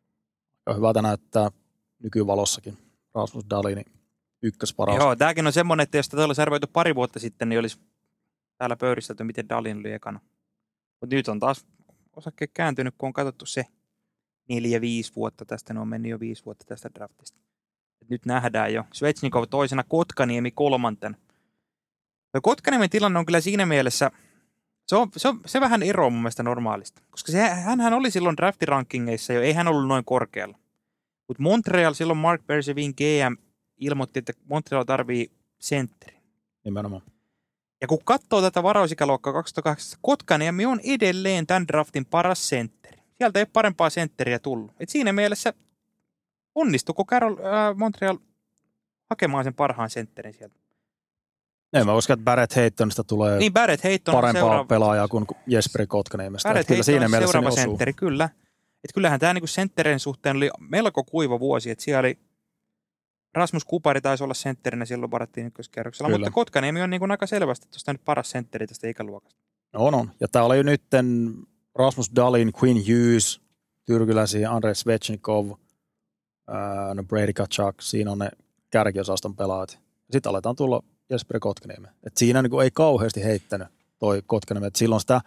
Ja hyvältä näyttää nykyvalossakin Rasmus Dahlin ykkösvaraus. Joo, tämäkin on semmoinen, että jos tätä olisi arvioitu pari vuotta sitten, niin olisi täällä pöyristelty, miten Dahlin oli ekana. Mutta nyt on taas osake kääntynyt, kun on katsottu se neljä, viisi vuotta tästä, ne on mennyt jo viisi vuotta tästä draftista. Et nyt nähdään jo. Svechnikov toisena, Kotkaniemi kolmantena. Tuo Kotkaniemen tilanne on kyllä siinä mielessä, se, on, se, on, se vähän eroa mun mielestä normaalista. Koska se, hänhän oli silloin draftirankingeissa jo, ei hän ollut noin korkealla. Mutta Montreal, silloin Mark Bergevin G M ilmoitti, että Montreal tarvii sentteri. Nimenomaan. Ja kun katsoo tätä varausikäluokkaa kaksituhattakahdeksan, Kotkaniemi on edelleen tämän draftin paras sentteri. Sieltä ei ole parempaa sentteriä tullut. Et siinä mielessä onnistuiko Carol, äh, Montreal hakemaan sen parhaan sentterin sieltä? En mä usko, että Barrett Haytonista tulee niin, Barrett Hayton parempaa seuraava pelaajaa kuin Jesperi Kotkaniemestä. Barrett Kyllä siinä Hayton mielessä seuraava ne osuu. sentteri, kyllä. Et kyllähän tämä niinku sentterin suhteen oli melko kuiva vuosi. Et siellä oli Rasmus Kupari taisi olla sentterinä silloin varattiin ykköskerroksella, mutta Kotkaniemi on niinku aika selvästi tuosta nyt paras sentteri tästä ikäluokasta. On, on. Ja tää oli nyt Rasmus Dahlin, Quinn Hughes, tyrkyläisiä, Andrei Svechnikov, ää, no Brady Tkachuk, siinä on ne kärkiosaston pelaajat. Sitten aletaan tulla Jesperi Kotkaniemi. Et siinä niinku ei kauheasti heittänyt toi Kotkaniemi, että silloin sitä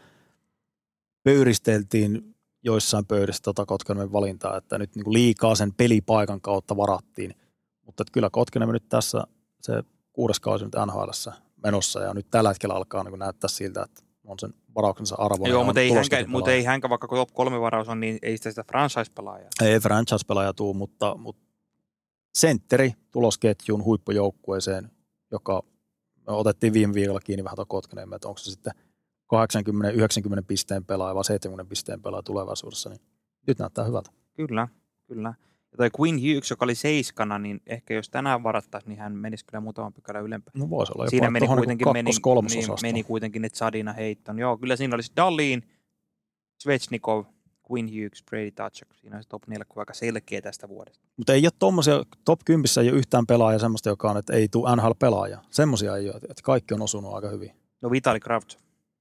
pöyristeltiin joissain pöydissä tota Kotkaniemen valintaa, että nyt niinku liikaa sen pelipaikan kautta varattiin. Mutta kyllä Kotkaniemi nyt tässä se kuudes kausi nyt N H L:ssä menossa ja nyt tällä hetkellä alkaa niin näyttää siltä, että on sen varauksensa arvoinen. Joo, mutta ei, hänkä, mutta ei hänkä, vaikka top kolme varaus on, niin ei sitä, sitä franchise-pelaajaa. Ei franchise-pelaaja tuu, mutta, mutta sentteri tulosketjun huippujoukkueeseen, joka me otettiin viime viikolla kiinni vähän tuon Kotkaniemi, että onko se sitten kahdeksankymmentä yhdeksänkymmentä pisteen pelaaja vai seitsemänkymmentä pisteen pelaaja tulevaisuudessa, niin nyt näyttää hyvältä. Kyllä, kyllä. Ja toi Quinn Hughes, joka oli seiskana, niin ehkä jos tänään varattaisiin, niin hän menisi kyllä muutaman pykälän ylempään. No voisi olla jopa siinä meni kuitenkin, meni, niin, meni kuitenkin ne Zadina Hayton. Joo, kyllä siinä olisi Dahlin, Svechnikov, Quinn Hughes, Brady Tkachuk. Siinä olisi top neljä aika selkeä tästä vuodesta. Mutta ei ole tuommoisia, top kympissä ei ole yhtään pelaajaa semmoista, joka on, että ei tule N H L-pelaaja. Semmoisia ei ole, että kaikki on osunut aika hyvin. No Vitali Kravtsov.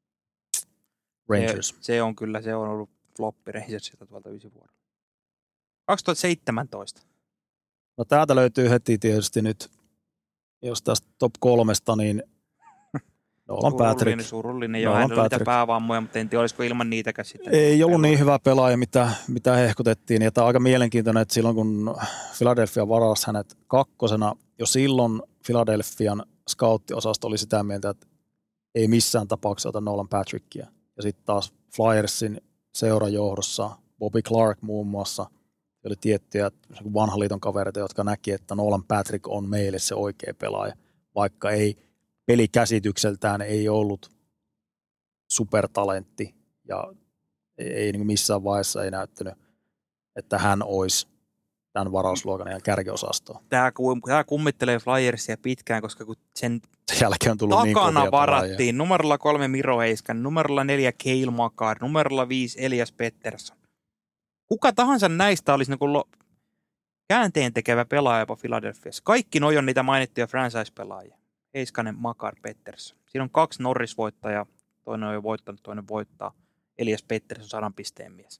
Rangers. Se, se on kyllä, se on ollut floppi Rangersilta tuolta ysi vuodella. kaksituhattaseitsemäntoista. No täältä löytyy heti tietysti nyt, jos tästä top kolmesta, niin Nolan Patrick. Surullinen, joo, hänellä oli niitä päävammoja, mutta en tiedä, olisiko ilman niitäkään sitten. Ei ollut niin hyvä pelaaja, mitä, mitä hehkutettiin. Ja tämä on aika mielenkiintoinen, että silloin kun Philadelphia varasi hänet kakkosena, jo silloin Philadelphian scouttiosasto oli sitä mieltä, että ei missään tapauksessa ota Nolan Patrickia. Ja sitten taas Flyersin seurajohdossa Bobby Clark muun muassa, oli tiettyjä vanhan liiton kavereita, jotka näki, että Nolan Patrick on meille se oikea pelaaja, vaikka ei pelikäsitykseltään ei ollut supertalentti ja ei, ei niin missään vaiheessa ei näyttänyt, että hän olisi tämän varausluokan ja kärkiosastoon. Tämä, tämä kummittelee Flyersia pitkään, koska kun sen jälkeen on tullut takana niin varattiin pelaajia. Numerolla kolme Miro Heiskanen, numerolla neljä Cale Makar, numerolla viisi Elias Pettersson. Kuka tahansa näistä olisi niin kuin käänteen tekevä pelaaja jopa Philadelphiassa. Kaikki noi on niitä mainittuja franchise-pelaajia. Heiskanen, Makar, Pettersson. Siinä on kaksi Norris-voittajaa. Toinen on jo voittanut, toinen voittaa. Elias Pettersson sadan pisteen mies.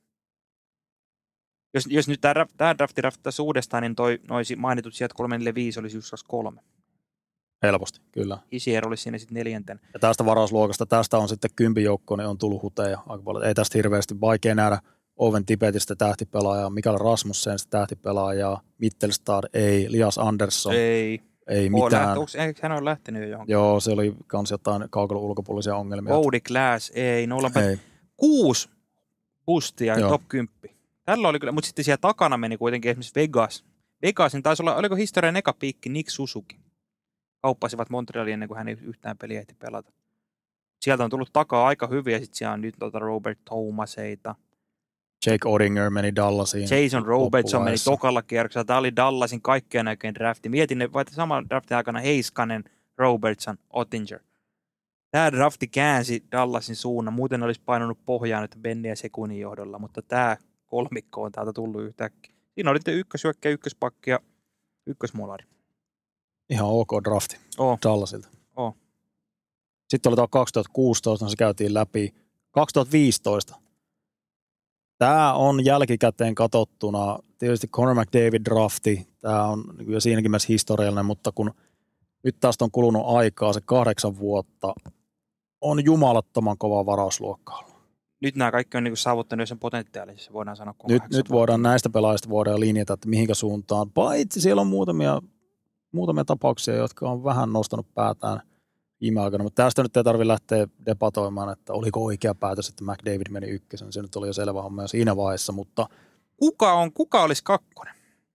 Jos, jos nyt tämä, tämä drafti raftaisi uudestaan, niin toi, noisi mainitut sieltä kolme neljä viisi olisi yksi kaksi kolme. Helposti, kyllä. Isier olisi siinä sitten neljänten. Ja tästä varausluokasta, tästä on sitten kympin joukko, niin on tullut huteja aika paljon. Ei tästä hirveästi vaikea nähdä Owen Tipetistä tähtipelaajaa, Mikael Rasmussen tähtipelaajaa, Mittelstad ei, Lias Andersson ei. Ei mitään. Onko, eikö hän ole lähtenyt jo johonkin? Joo, se oli kans jotain kaukalon ulkopuolisia ongelmia. Cody Glass, ei. No ei. Kuusi bustia ja top kymmenen. Tällä oli kyllä, mutta sitten siellä takana meni kuitenkin esimerkiksi Vegas. Vegasin taisi olla, oliko historian eka piikki Nick Suzuki. Kauppasivat Montrealin ennen kuin hän ei yhtään peliä ehti pelata. Sieltä on tullut takaa aika hyviä, sitten siellä on nyt tuota Robert Thomaseita. Jake Odinger meni Dallasiin. Jason Robertson meni tokalla kierroksella. Tämä oli Dallasin kaikkien näköinen drafti. Mietin, että saman draftin aikana Heiskanen, Robertson, Ottinger. Tämä drafti käänsi Dallasin suunnan. Muuten olisi painunut pohjaan nyt Benni ja Sekunin johdolla, mutta tämä kolmikko on täältä tullut yhtäkkiä. Siinä oli ykkösyökkä, ykköspakki ja ykkösmolari. Ihan ok drafti Oh. Dallasilta. Oh. Sitten oli tuo kaksituhattakuusitoista, no se käytiin läpi. kaksituhattaviisitoista. Tämä on jälkikäteen katsottuna, tietysti Connor McDavid drafti, tämä on jo siinäkin mielessä historiallinen, mutta kun nyt tästä on kulunut aikaa, se kahdeksan vuotta, on jumalattoman kova varausluokka ollut. Nyt nämä kaikki on niin saavuttanut jo sen potentiaalisesti, voidaan sanoa. Nyt, nyt voidaan näistä pelaajista voidaan linjata, että mihinkä suuntaan. Paitsi siellä on muutamia, muutamia tapauksia, jotka on vähän nostanut päätään viime aikana, mutta tästä nyt ei tarvitse lähteä debatoimaan, että oliko oikea päätös, että McDavid meni ykkösen. Se nyt oli jo selvä homma jo siinä vaiheessa, mutta kuka, on, kuka olisi kakkonen?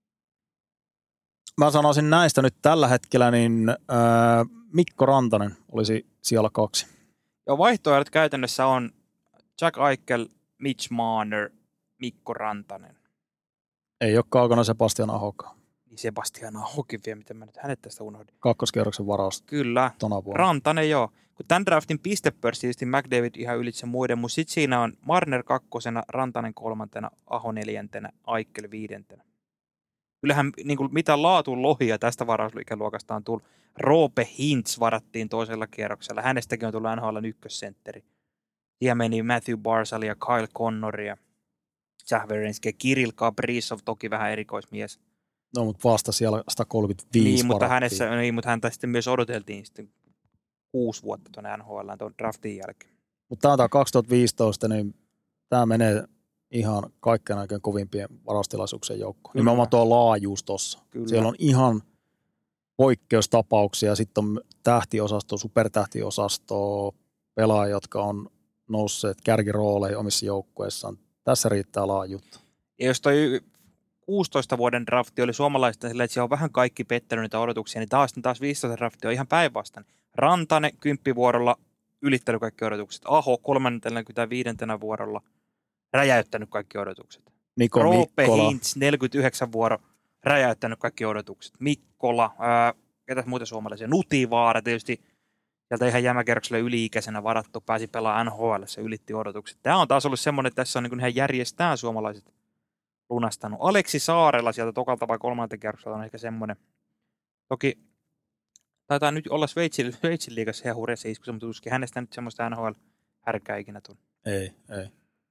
Mä sanoisin näistä nyt tällä hetkellä, niin ää, Mikko Rantanen olisi siellä kaksi. Joo, vaihtoehdot käytännössä on Jack Eichel, Mitch Marner, Mikko Rantanen. Ei ole kaukana Sebastian Ahokaan. Niin Sebastian Ahokin vielä, miten mä nyt hänet tästä unohdin. Kakkoskierroksen varausta. Kyllä, Rantanen joo. Kun tämän draftin pistepörssi tietysti McDavid ihan ylitse muiden, mutta sitten siinä on Marner kakkosena, Rantanen kolmantena, Aho neljäntenä, Eichel viidentenä. Kyllähän niin kuin, mitä laatuun lohia tästä varausliikeluokasta on tullut. Roope Hintz varattiin toisella kierroksella. Hänestäkin on tullut N H L:n ykkössentteri. Siellä meni Matthew Barzal ja Kyle Connor ja Zach Werenski ja Kirill Kaprizov, toki vähän erikoismies. No, mutta vasta siellä sata kolmekymmentäviisi niin, mutta, varattiin. hänessä, niin, mutta häntä sitten myös odoteltiin sitten kuusi vuotta tuonne N H L:ään tuon draftin jälkeen. Mutta tämä on kaksituhattaviisitoista, niin tämä menee ihan kaikkien aikojen kovimpien varaustilaisuuksien joukkoon. Nimenomaan tuo laajuus tuossa. Siellä on ihan poikkeustapauksia. Sitten on tähtiosasto, supertähtiosasto, pelaajia, jotka on nousseet kärkirooleihin omissa joukkueissaan. Tässä riittää laajuutta. Ja jos toi kuusitoista vuoden drafti oli suomalaista sillä, että siellä on vähän kaikki pettänyt niitä odotuksia, niin taas, niin taas viisitoista drafti on ihan päinvastainen. Rantanen kymppivuorolla ylittänyt kaikki odotukset. Aho kolmekymmentäviidentenä vuorolla räjäyttänyt kaikki odotukset. Niko Roope Mikkola. Hintz neljäkymmentäyhdeksän vuoro räjäyttänyt kaikki odotukset. Mikkola, ää, ketäs muita suomalaisia? Nutivaara tietysti. Sieltä ihan jäämäkerrokselle yli-ikäisenä varattu, pääsi pelaamaan N H L:ssä, ylitti odotukset. Tämä on taas ollut semmoinen, että tässä on niin ihan järjestään suomalaiset lunastanut. Aleksi Saarella sieltä tokalta vai kolmannelta kerroksella on ehkä semmoinen. Toki taitaa nyt olla Sveitsin, Sveitsin liigassa ihan hurjassa iskussa, mutta tuskin hänestä nyt semmoista N H L-härkää ikinä tuli. Ei, ei.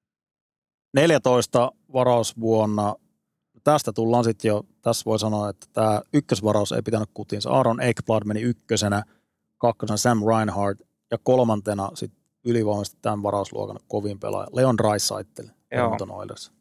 neljätoista varausvuonna. Tästä tullaan sitten jo, tässä voi sanoa, että tämä ykkösvaraus ei pitänyt kutinsa. Aaron Ekblad meni ykkösenä, kakkosena Sam Reinhart ja kolmantena sitten ylivoimaisesti tämän varausluokan kovin pelaaja. Leon Draisaitl, Edmonton Oilers.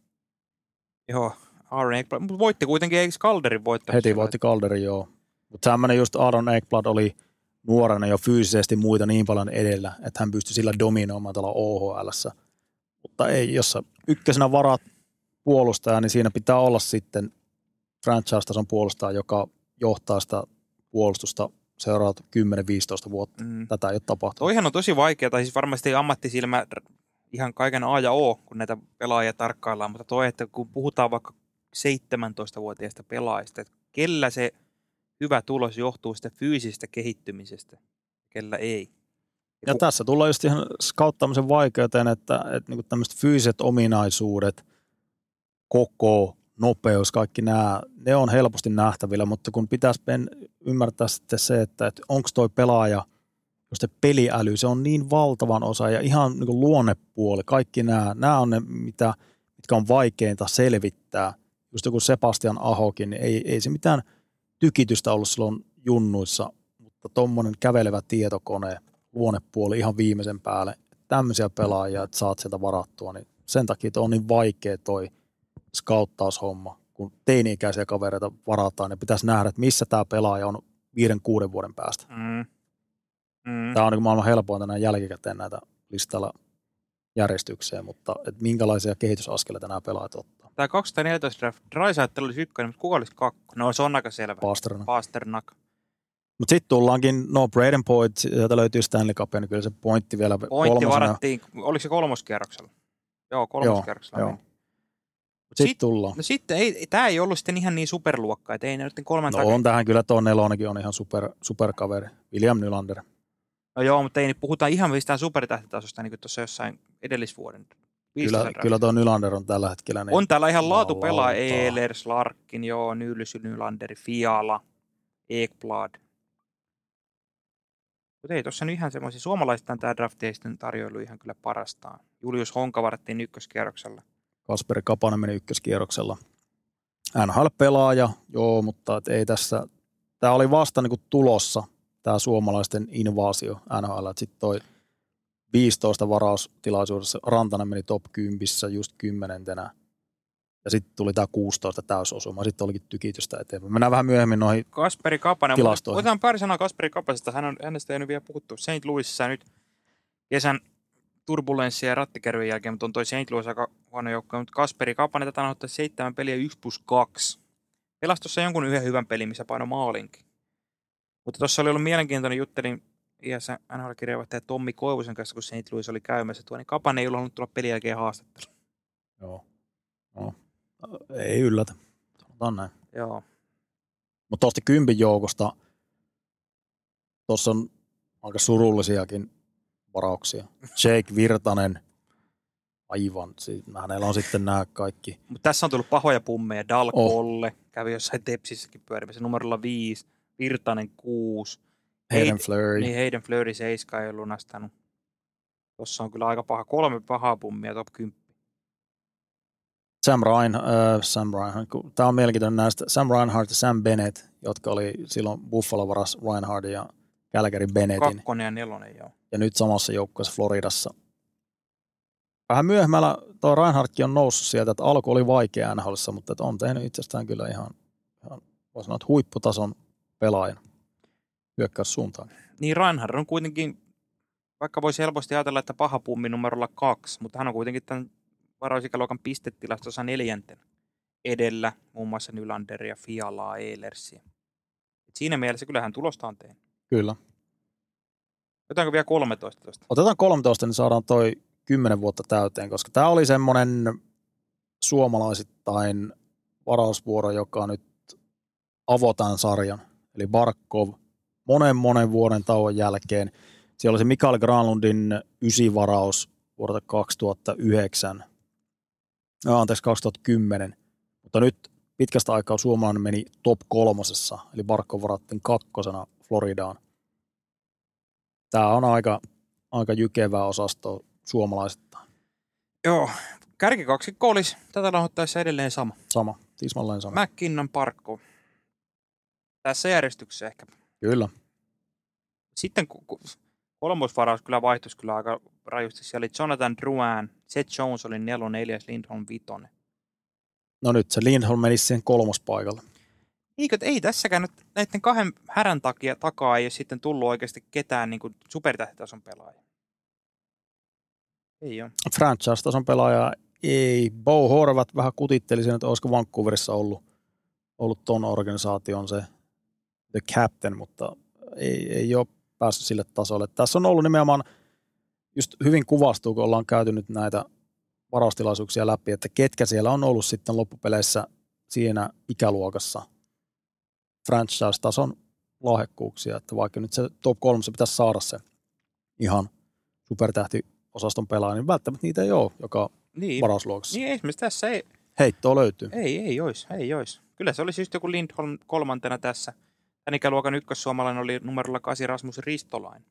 Joo, Aaron Ekblad, mutta voitti kuitenkin, eikö Calderin voittanut? Heti voitti Calderin, joo. Mutta tämmöinen just Aaron Ekblad oli nuorena jo fyysisesti muita niin paljon edellä, että hän pystyi sillä dominoimaan tuolla O H L:ssä. Mutta ei, jos sä ykkösenä varat puolustaja, niin siinä pitää olla sitten franchise-tason puolustaja, joka johtaa sitä puolustusta seuraavat kymmenen viisitoista vuotta. Mm. Tätä ei ole tapahtunut. Toihan on tosi vaikeaa, tai siis varmasti ammattisilmä ihan kaiken A ja O, kun näitä pelaajia tarkkaillaan, mutta toi, että kun puhutaan vaikka seitsemäntoistavuotiaista pelaajista, että kellä se hyvä tulos johtuu sitä fyysisestä kehittymisestä, kellä ei. Ja, ja kun... tässä tullaan just ihan skauttaamisen vaikeuteen, että, että niin tämmöiset fyysiset ominaisuudet, koko, nopeus, kaikki nämä, ne on helposti nähtävillä, mutta kun pitäisi ymmärtää sitten se, että, että onko toi pelaaja, jos se peliäly, se on niin valtavan osa ja ihan niin kuin luonnepuoli, kaikki nämä, nämä on ne, mitä, mitkä on vaikeinta selvittää. Just joku Sebastian Ahokin, niin ei, ei se mitään tykitystä ollut silloin junnuissa, mutta tommonen kävelevä tietokone, luonnepuoli ihan viimeisen päälle, tämmöisiä pelaajia, että saat sieltä varattua, niin sen takia on niin vaikea toi skauttaushomma, kun teini-ikäisiä kavereita varataan, niin pitäisi nähdä, että missä tämä pelaaja on viiden, kuuden vuoden päästä. Mm. Mm. Tämä on niin maailman helpointa näin jälkikäteen näitä listalla järjestykseen, mutta että minkälaisia kehitysaskeleita nämä pelaajat ottaa. Tämä kaksituhattaneljätoista draft, Draisaitl olisi ykkönen, mutta kuka olisi kakkonen? No se on aika selvä. Pasternak. Pasternak. Mutta sitten tullaankin, no Braden Point, sieltä löytyy Stanley Cupia, niin kyllä se pointti vielä Pointti kolmosena. Varattiin, oliko se kolmoskierroksella? Joo, kolmoskierroksella. Joo, joo. Sitten sit tullaan. No sitten, ei, tämä ei ollut sitten ihan niin superluokkaa, että ei ne nyt kolmen No takia. on tähän kyllä, tuo nelonenkin on ihan super, superkaveri, William Nylander. No joo, mutta ei nyt puhuta ihan mistään supertähtitasosta, niin kuin tuossa jossain edellisvuoden. Kyllä, kyllä tuo Nylander on tällä hetkellä. Niin on täällä ihan laatupelaa, lautaa. Ehlers, Larkin, joo, Nylsy, Nylander, Fiala, Ekblad. Mutta ei tuossa nyt ihan semmoisia, suomalaistaan tämä drafti ei sitten tarjoilu ihan kyllä parastaan. Julius Honka varattiin ykköskierroksella. Kasperi Kapanen meni ykköskierroksella. N H L-pelaaja, joo, mutta et ei tässä, tämä oli vasta niin kuin tulossa, tämä suomalaisten invaasio N H L. Sitten toi viisitoista varaustilaisuudessa Rantanen meni top kymmenen just kymmenentenä. Ja sitten tuli tämä kuusitoista täysosuma. Sitten olikin tykitystä eteenpäin. Mennään vähän myöhemmin noihin Kasperi Kapanen. tilastoihin. Otetaan pari sanaa Kasperi Kapasesta. Hän on, hänestä ei ole vielä puhuttu Saint Louisissa nyt kesän turbulenssia ja rattikärvyn jälkeen, mutta on toi Saint Louis aika huono joukko. Mutta Kasperi Kapanen tätä on ottaa seitsemän peliä yksi plus kaksi. Pelasi tuossa jonkun yhden hyvän pelin, missä paino maalinkin. Mutta tuossa oli ollut mielenkiintoinen juttelin iässä N H L-kirjeenvaihtaja Tommi Koivusen kanssa, kun Saint Louis oli käymässä tuo, niin Kapanen ei ollut halunnut tulla pelin jälkeen haastatteluun. Joo. No. Ei yllätä. Sanotaan näin. Joo. Mutta tuosta kympin joukosta, tuossa on aika surullisiakin varauksia. Jake Virtanen, aivan. Hänellä on sitten nämä kaikki. Mutta tässä on tullut pahoja pummeja. Dal Oh. Colle kävi jossain Tepsissäkin pyörimässä numerolla viisi, Virtanen kuusi. Hayden Fleury. Niin Hayden Fleury seitsemän ei ole lunastanut. Tuossa on kyllä aika paha. Kolme pahaa pummia top kymmenen. Sam Ryan, äh, Sam Reinhart. Tämä on mielenkiintoinen näistä. Sam Reinhart ja Sam Bennett, jotka oli silloin Buffalo varas Reinhardtin ja Calgary Bennettin. Kakkonen ja nelonen, joo. Ja nyt samassa joukkueessa Floridassa. Vähän myöhemmällä tuo Reinhardtkin on noussut sieltä, että alku oli vaikea N H L:ssä, mutta että on tehnyt itsestään kyllä ihan, ihan voi sanoa, että huipputason pelaajan hyökkäyssuuntaan. Niin Reinhard on kuitenkin, vaikka voisi helposti ajatella, että paha pummi numerolla kaksi, mutta hän on kuitenkin tämän varausikäluokan pistetilastossa neljänten edellä, muun muassa Nylanderia, Fialaa, Ehlersia. Et siinä mielessä kyllähän tulosta on tehnyt. Kyllä. Otetaanko vielä kolmetoista tuosta? Otetaan kolmetoista, niin saadaan toi kymmenen vuotta täyteen, koska tämä oli semmoinen suomalaisittain varausvuoro, joka nyt avoi tämän sarjan. Eli Barkov monen monen vuoden tauon jälkeen. Siellä oli se Mikael Granlundin ysivaraus vuodelta kaksituhattayhdeksän. No, anteeksi, kaksituhattakymmenen. Mutta nyt pitkästä aikaa suomalainen meni top kolmosessa, eli Barkov varattiin kakkosena Floridaan. Tämä on aika, aika jykevää osastoa suomalaisittain. Joo, kärkikaksikko olisi tätä rahoittaessa edelleen sama. Sama, tismalleen sama. McKinnon, Parkko. Tässä järjestyksessä ehkä. Kyllä. Sitten kolmosvaraus kyllä vaihtuisi kyllä aika rajusti. Siellä oli Jonathan Drouin, Seth Jones oli nelonen, neljäs, Lindholm vitonen. No nyt se Lindholm menisi siihen kolmospaikalle. Eikö, ei tässäkään nyt näiden kahden härän takia takaa ei ole sitten tullut oikeasti ketään niin kuin supertähtitason pelaaja. Ei ole. Franchise-tason pelaaja ei. Bo Horvat vähän kutitteli sen, että olisiko Vancouverissa ollut, ollut ton organisaation se the captain, mutta ei, ei ole päässyt sille tasolle. Tässä on ollut nimenomaan, just hyvin kuvastuu, kun ollaan käyty nyt näitä varaustilaisuuksia läpi, että ketkä siellä on ollut sitten loppupeleissä siinä ikäluokassa franchise-tason lahjakkuuksia, että vaikka nyt se top kolme se pitäisi saada se ihan supertähtiosaston pelaaja, niin välttämättä niitä ei ole joka niin. varausluokassa. Niin esimerkiksi tässä ei, Heittoa löytyy. ei, ei ois, ei ois. Kyllä se olisi just joku Lindholm kolmantena tässä. Tän ikäluokan ykkössuomalainen oli numerolla kahdeksan Rasmus Ristolainen.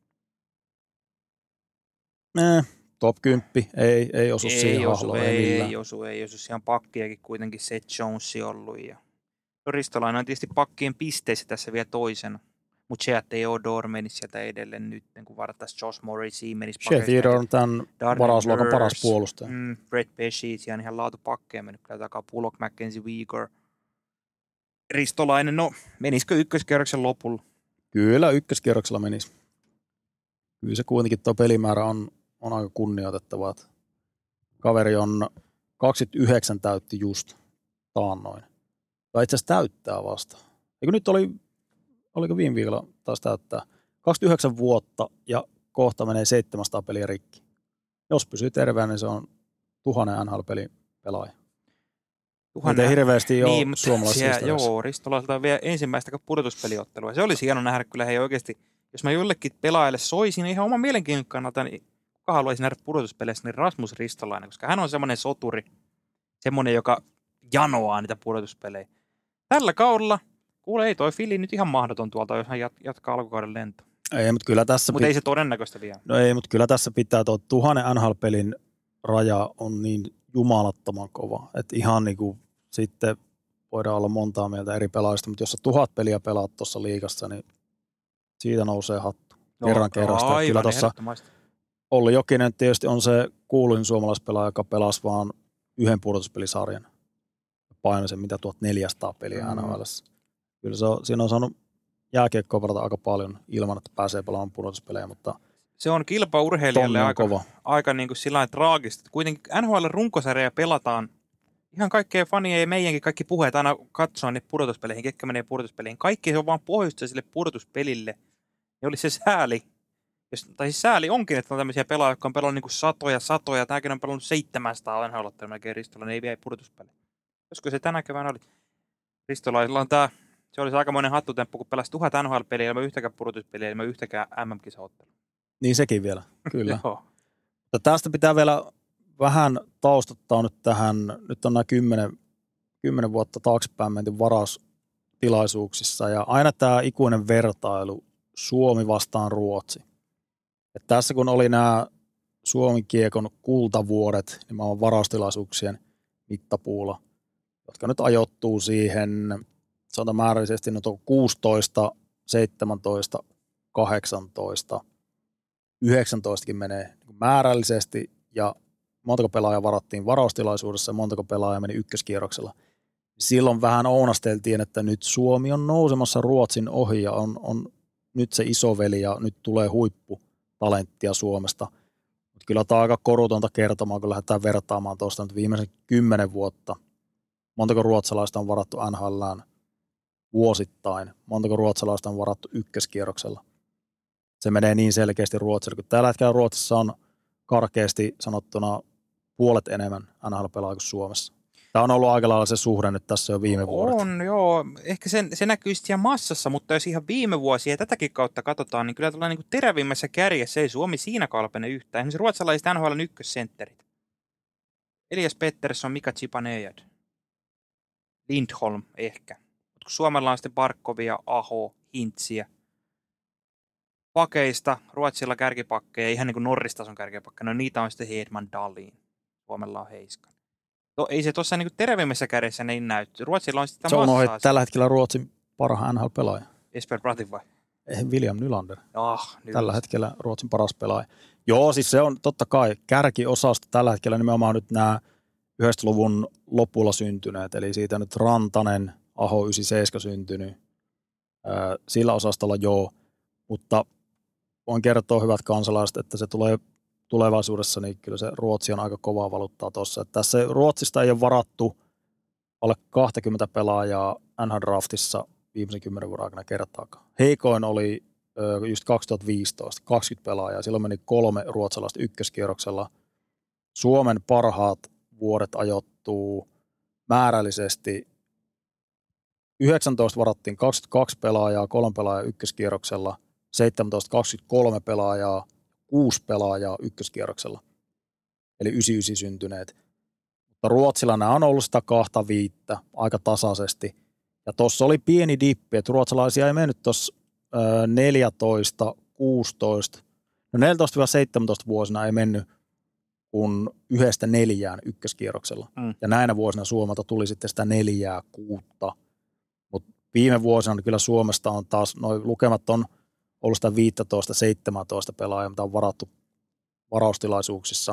Eh, top kymmenen, ei, ei osu ei siihen osu, hahloon. ei, Ei, ei millään. osu, ei osu. Siellä on pakkiakin kuitenkin Seth Jones ollut. Ja Ristolainen on tietysti pakkien pisteissä tässä vielä toisena. Mutta se, että Theodore menisi sieltä edelleen nyt, kun varattaisiin Josh Morrissey menisi Shea Theodore on tämän Darnell varausluokan Nurse, paras puolustaja. Mm, Brett Pesci, siellä on ihan laatupakkeja mennyt kyllä takaa. Pullock, McKenzie, Weegar. Ristolainen, no menisikö ykköskierroksen lopulla? Kyllä ykköskierroksella menisi. Kyllä se kuitenkin tuo pelimäärä on, on aika kunnioitettava. Kaveri on kaksikymmentäyhdeksän täytti just taannoin. Tai itse asiassa täyttää vasta. Eikö nyt oli, oliko viime viikolla taas täyttää? kaksikymmentäyhdeksän vuotta ja kohta menee seitsemänsataa peliä rikki. Jos pysyy terveenä, niin se on tuhannen N H L-pelin pelaaja. Tuhannen ei hirveästi ole niin, suomalaisissa siellä, joo, Ristolaiselta on vielä ensimmäistä pudotuspeliottelua. Se olisi hieno nähdä kyllä hei oikeasti jos mä jollekin pelaajalle soisin ihan oman mielenkiinnon kannalta, niin kuka haluaisi nähdä pudotuspeleissä, niin Rasmus Ristolainen, koska hän on semmoinen soturi, semmoinen, joka janoaa niitä pudotuspelejä. Tällä kaudella, kuule, ei toi Fili nyt ihan mahdoton tuolta, jos hän jatkaa alkukauden lento. Ei, mutta kyllä tässä... Mutta pit... ei se todennäköistä vielä. No ei, mutta kyllä tässä pitää tuo tuhannen N H L-pelin raja on niin jumalattoman kova, että ihan niin kuin sitten voidaan olla montaa mieltä eri pelaajista, mutta jos sä tuhat peliä pelaat tuossa liigassa, niin siitä nousee hattu. No, kerran kerrasta. Aivan, kyllä tuossa Olli Jokinen tietysti on se kuuluin suomalaispelaaja, joka pelasi vaan yhden pudotuspelisarjan. Painoi sen mitä tuhatneljäsataa peliä mm. N H L:ssä. Kyllä se on, siinä on saanut jääkiekkoa pelata aika paljon ilman, että pääsee pelaamaan pudotuspelejä, mutta se on kilpaurheilijalle aika, kova. aika niin kuin sillain traagista. Kuitenkin N H L-runkosarja pelataan ihan kaikkea fania ja meidänkin kaikki puheet aina katsoa niitä pudotuspeleihin, ketkä menee pudotuspeleihin. Kaikki se on vaan pohjusta sille pudotuspelille. Ja oli se sääli, jos, tai siis sääli onkin, että on tämmöisiä pelaajia, jotka on pelannut niin kuin satoja, satoja. Tämäkin on pelannut seitsemänsataa N H L-ottelua melkein Ristola, ne ei vie pudotuspeliä. Josko se tänä keväänä oli? Ristolaisilla on tämä, se olisi aikamoinen hattutemppu, kun pelasi tuhat N H L-peliä ilman yhtäkään pudotuspeliä, ilman yhtäkään M M-kisaottelua. Niin sekin vielä, kyllä. Mutta tästä pitää vielä vähän taustottaa nyt tähän, nyt on nämä kymmenen, kymmenen vuotta taaksepäin menty varaustilaisuuksissa ja aina tämä ikuinen vertailu Suomi vastaan Ruotsi. Et tässä kun oli nämä Suomen kiekon kultavuodet, niin maailman varaustilaisuuksien mittapuulla, jotka nyt ajoittuu siihen, sanotaan määrällisesti, nyt on kuusitoista, seitsemäntoista, kahdeksantoista, yhdeksäntoistakin menee määrällisesti ja montako pelaajaa varattiin varaustilaisuudessa ja montako pelaajaa meni ykköskierroksella. Silloin vähän ounasteltiin, että nyt Suomi on nousemassa Ruotsin ohi ja on, on nyt se isoveli ja nyt tulee huipputalenttia Suomesta. Mutta kyllä tämä on aika korutonta kertomaa, kun lähdetään vertaamaan tuosta nyt viimeisen kymmenen vuotta. Montako ruotsalaista on varattu N H L:ään vuosittain? Montako ruotsalaista on varattu ykköskierroksella? Se menee niin selkeästi Ruotsille, kun tällä hetkellä Ruotsissa on karkeasti sanottuna puolet enemmän N H L-pelaajia kuin Suomessa. Tämä on ollut aika lailla se suhde nyt tässä jo viime vuodet. On, joo. Ehkä se, se näkyy sitten massassa, mutta jos ihan viime vuosia ja tätäkin kautta katsotaan, niin kyllä tällainen niin terävimmässä kärjessä ei Suomi siinä kalpene yhtään. Esimerkiksi ruotsalaiset N H L:n ykkössentterit. Elias Pettersson, Mika Zibanejad, Lindholm ehkä. Mutta kun Suomella on sitten Barkovia, Aho, Hintsiä. Pakeista, Ruotsilla kärkipakkeja, ihan niin kuin Norristason kärkipakkeja. No niitä on sitten Hedman, Dahlin. Suomella on Heiskan. No, ei se tuossa niin terävimmässä kädessä niin näyttö. Ruotsilla on sitten massaa. Se on tällä hetkellä Ruotsin parhaan N H L-pelaaja. Esper Bratin vai? Eh, William Nylander. Oh, tällä hetkellä Ruotsin paras pelaaja. Joo, siis se on totta kai kärkiosasta tällä hetkellä nimenomaan nyt nämä yhdeksänkymmentäluvun lopulla syntyneet. Eli siitä nyt Rantanen, Aho yhdeksänkymmentäseitsemän syntynyt. Sillä osastolla joo, mutta voin kertoa hyvät kansalaiset, että se tulee tulevaisuudessa, niin kyllä se Ruotsi on aika kovaa valuuttaa tuossa. Tässä Ruotsista ei ole varattu alle kaksikymmentä pelaajaa N H L-draftissa viimeisen kymmenen vuoden aikana kertaakaan. Heikoin oli just kaksituhattaviisitoista, kaksikymmentä pelaajaa. Silloin meni kolme ruotsalaista ykköskierroksella. Suomen parhaat vuodet ajoittuu määrällisesti. yhdeksäntoista varattiin kaksikymmentäkaksi pelaajaa, kolme pelaajaa ykköskierroksella. seitsemäntoista kaksikymmentäkolme pelaajaa, kuusi pelaajaa ykköskierroksella, eli yhdeksänkymmentäyhdeksän syntyneet. Mutta Ruotsilla nämä on ollut sitä kahta viittä aika tasaisesti. Ja tuossa oli pieni dippi, että ruotsalaisia ei mennyt tuossa neljätoista, kuusitoista, no neljätoista seitsemäntoista vuosina ei mennyt kun yhdestä neljään ykköskierroksella. Mm. Ja näinä vuosina Suomelta tuli sitten sitä neljää, kuutta. Mutta viime vuosina niin kyllä Suomesta on taas, noin lukemat on ollut sitä viisitoista seitsemäntoista pelaajaa, mitä on varattu varaustilaisuuksissa.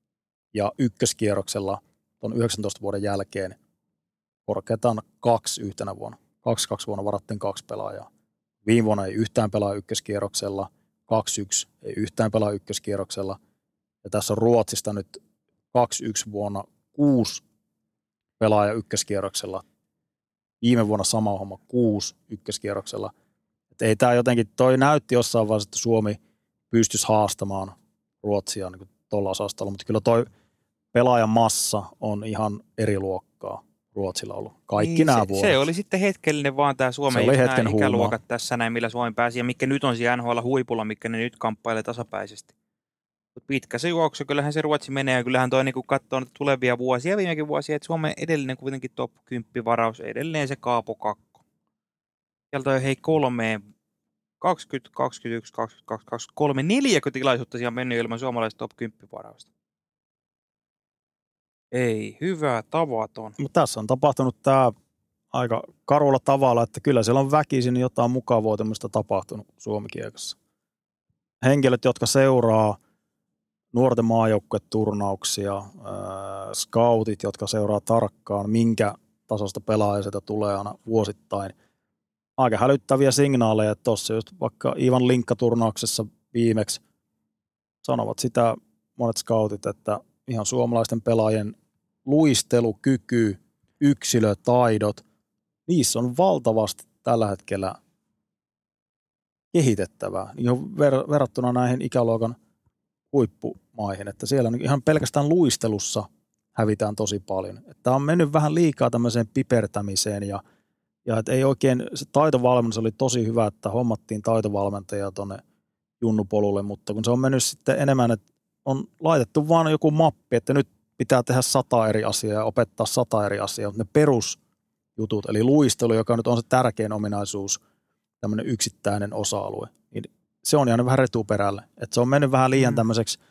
Ja ykköskierroksella tuon yhdeksäntoista vuoden jälkeen korkeintaan kaksi yhtenä vuonna. Kaksi, kaksi vuonna varattiin kaksi pelaajaa. Viime vuonna ei yhtään pelaa ykköskierroksella, kaksi yksi ei yhtään pelaa ykköskierroksella. Ja tässä on Ruotsista nyt kaksi yksi vuonna kuusi pelaaja ykköskierroksella. Viime vuonna sama homma, kuusi ykköskierroksella. Et ei tämä jotenkin, toi näytti jossain vaiheessa, että Suomi pystyisi haastamaan Ruotsia niin tuolla osastolla, mutta kyllä toi pelaajan massa on ihan eri luokkaa Ruotsilla ollut. Kaikki niin, nämä se, vuodet. se oli sitten hetkellinen vaan tämä Suomen Se oli just hetken nämä huumaa. ikäluokat tässä näin, millä Suomi pääsi ja mikä nyt on siellä N H L-huipulla, mikä ne nyt kamppailee tasapäisesti. Mut pitkä se juoksu, kyllähän se Ruotsi menee ja kyllähän toi niin katsoo tulevia vuosia, viimekin vuosia, että Suomen edellinen kuitenkin top kymmenen varaus, edelleen se Kaapo kakko. Sieltä on hei kolme, kaksikymmentä, kaksikymmentäyksi, kaksikymmentäkaksi, kaksikymmentäkolme, neljäkymmentä tilaisuutta siellä on mennyt ilman suomalaista top kymmenen varausta. Ei, hyvä, tavaton. Mutta tässä on tapahtunut tämä aika karulla tavalla, että kyllä siellä on väkisin jotain mukavoitumista tapahtunut Suomi-kiekassa. Henkilöt, jotka seuraa nuorten maajoukkueturnauksia, äh, scoutit, jotka seuraa tarkkaan, minkä tasosta pelaajia sieltä tulee aina vuosittain. Aika hälyttäviä signaaleja, että tuossa just vaikka Ivan Linkka-turnauksessa viimeksi sanovat sitä monet scoutit, että ihan suomalaisten pelaajien luistelukyky, yksilötaidot, niissä on valtavasti tällä hetkellä kehitettävää ihan ver- verrattuna näihin ikäluokan huippumaihin, että siellä ihan pelkästään luistelussa hävitään tosi paljon. Tämä on mennyt vähän liikaa tämmöiseen pipertämiseen ja, ja et ei oikein, se taitovalmennus oli tosi hyvä, että hommattiin taitovalmentajia tuonne junnupolulle, mutta kun se on mennyt sitten enemmän, että on laitettu vaan joku mappi, että nyt pitää tehdä sata eri asiaa ja opettaa sata eri asiaa, mutta ne perusjutut, eli luistelu, joka nyt on se tärkein ominaisuus, tämmöinen yksittäinen osa-alue, niin se on jäänyt vähän retuperälle. Että se on mennyt vähän liian tämmöiseksi,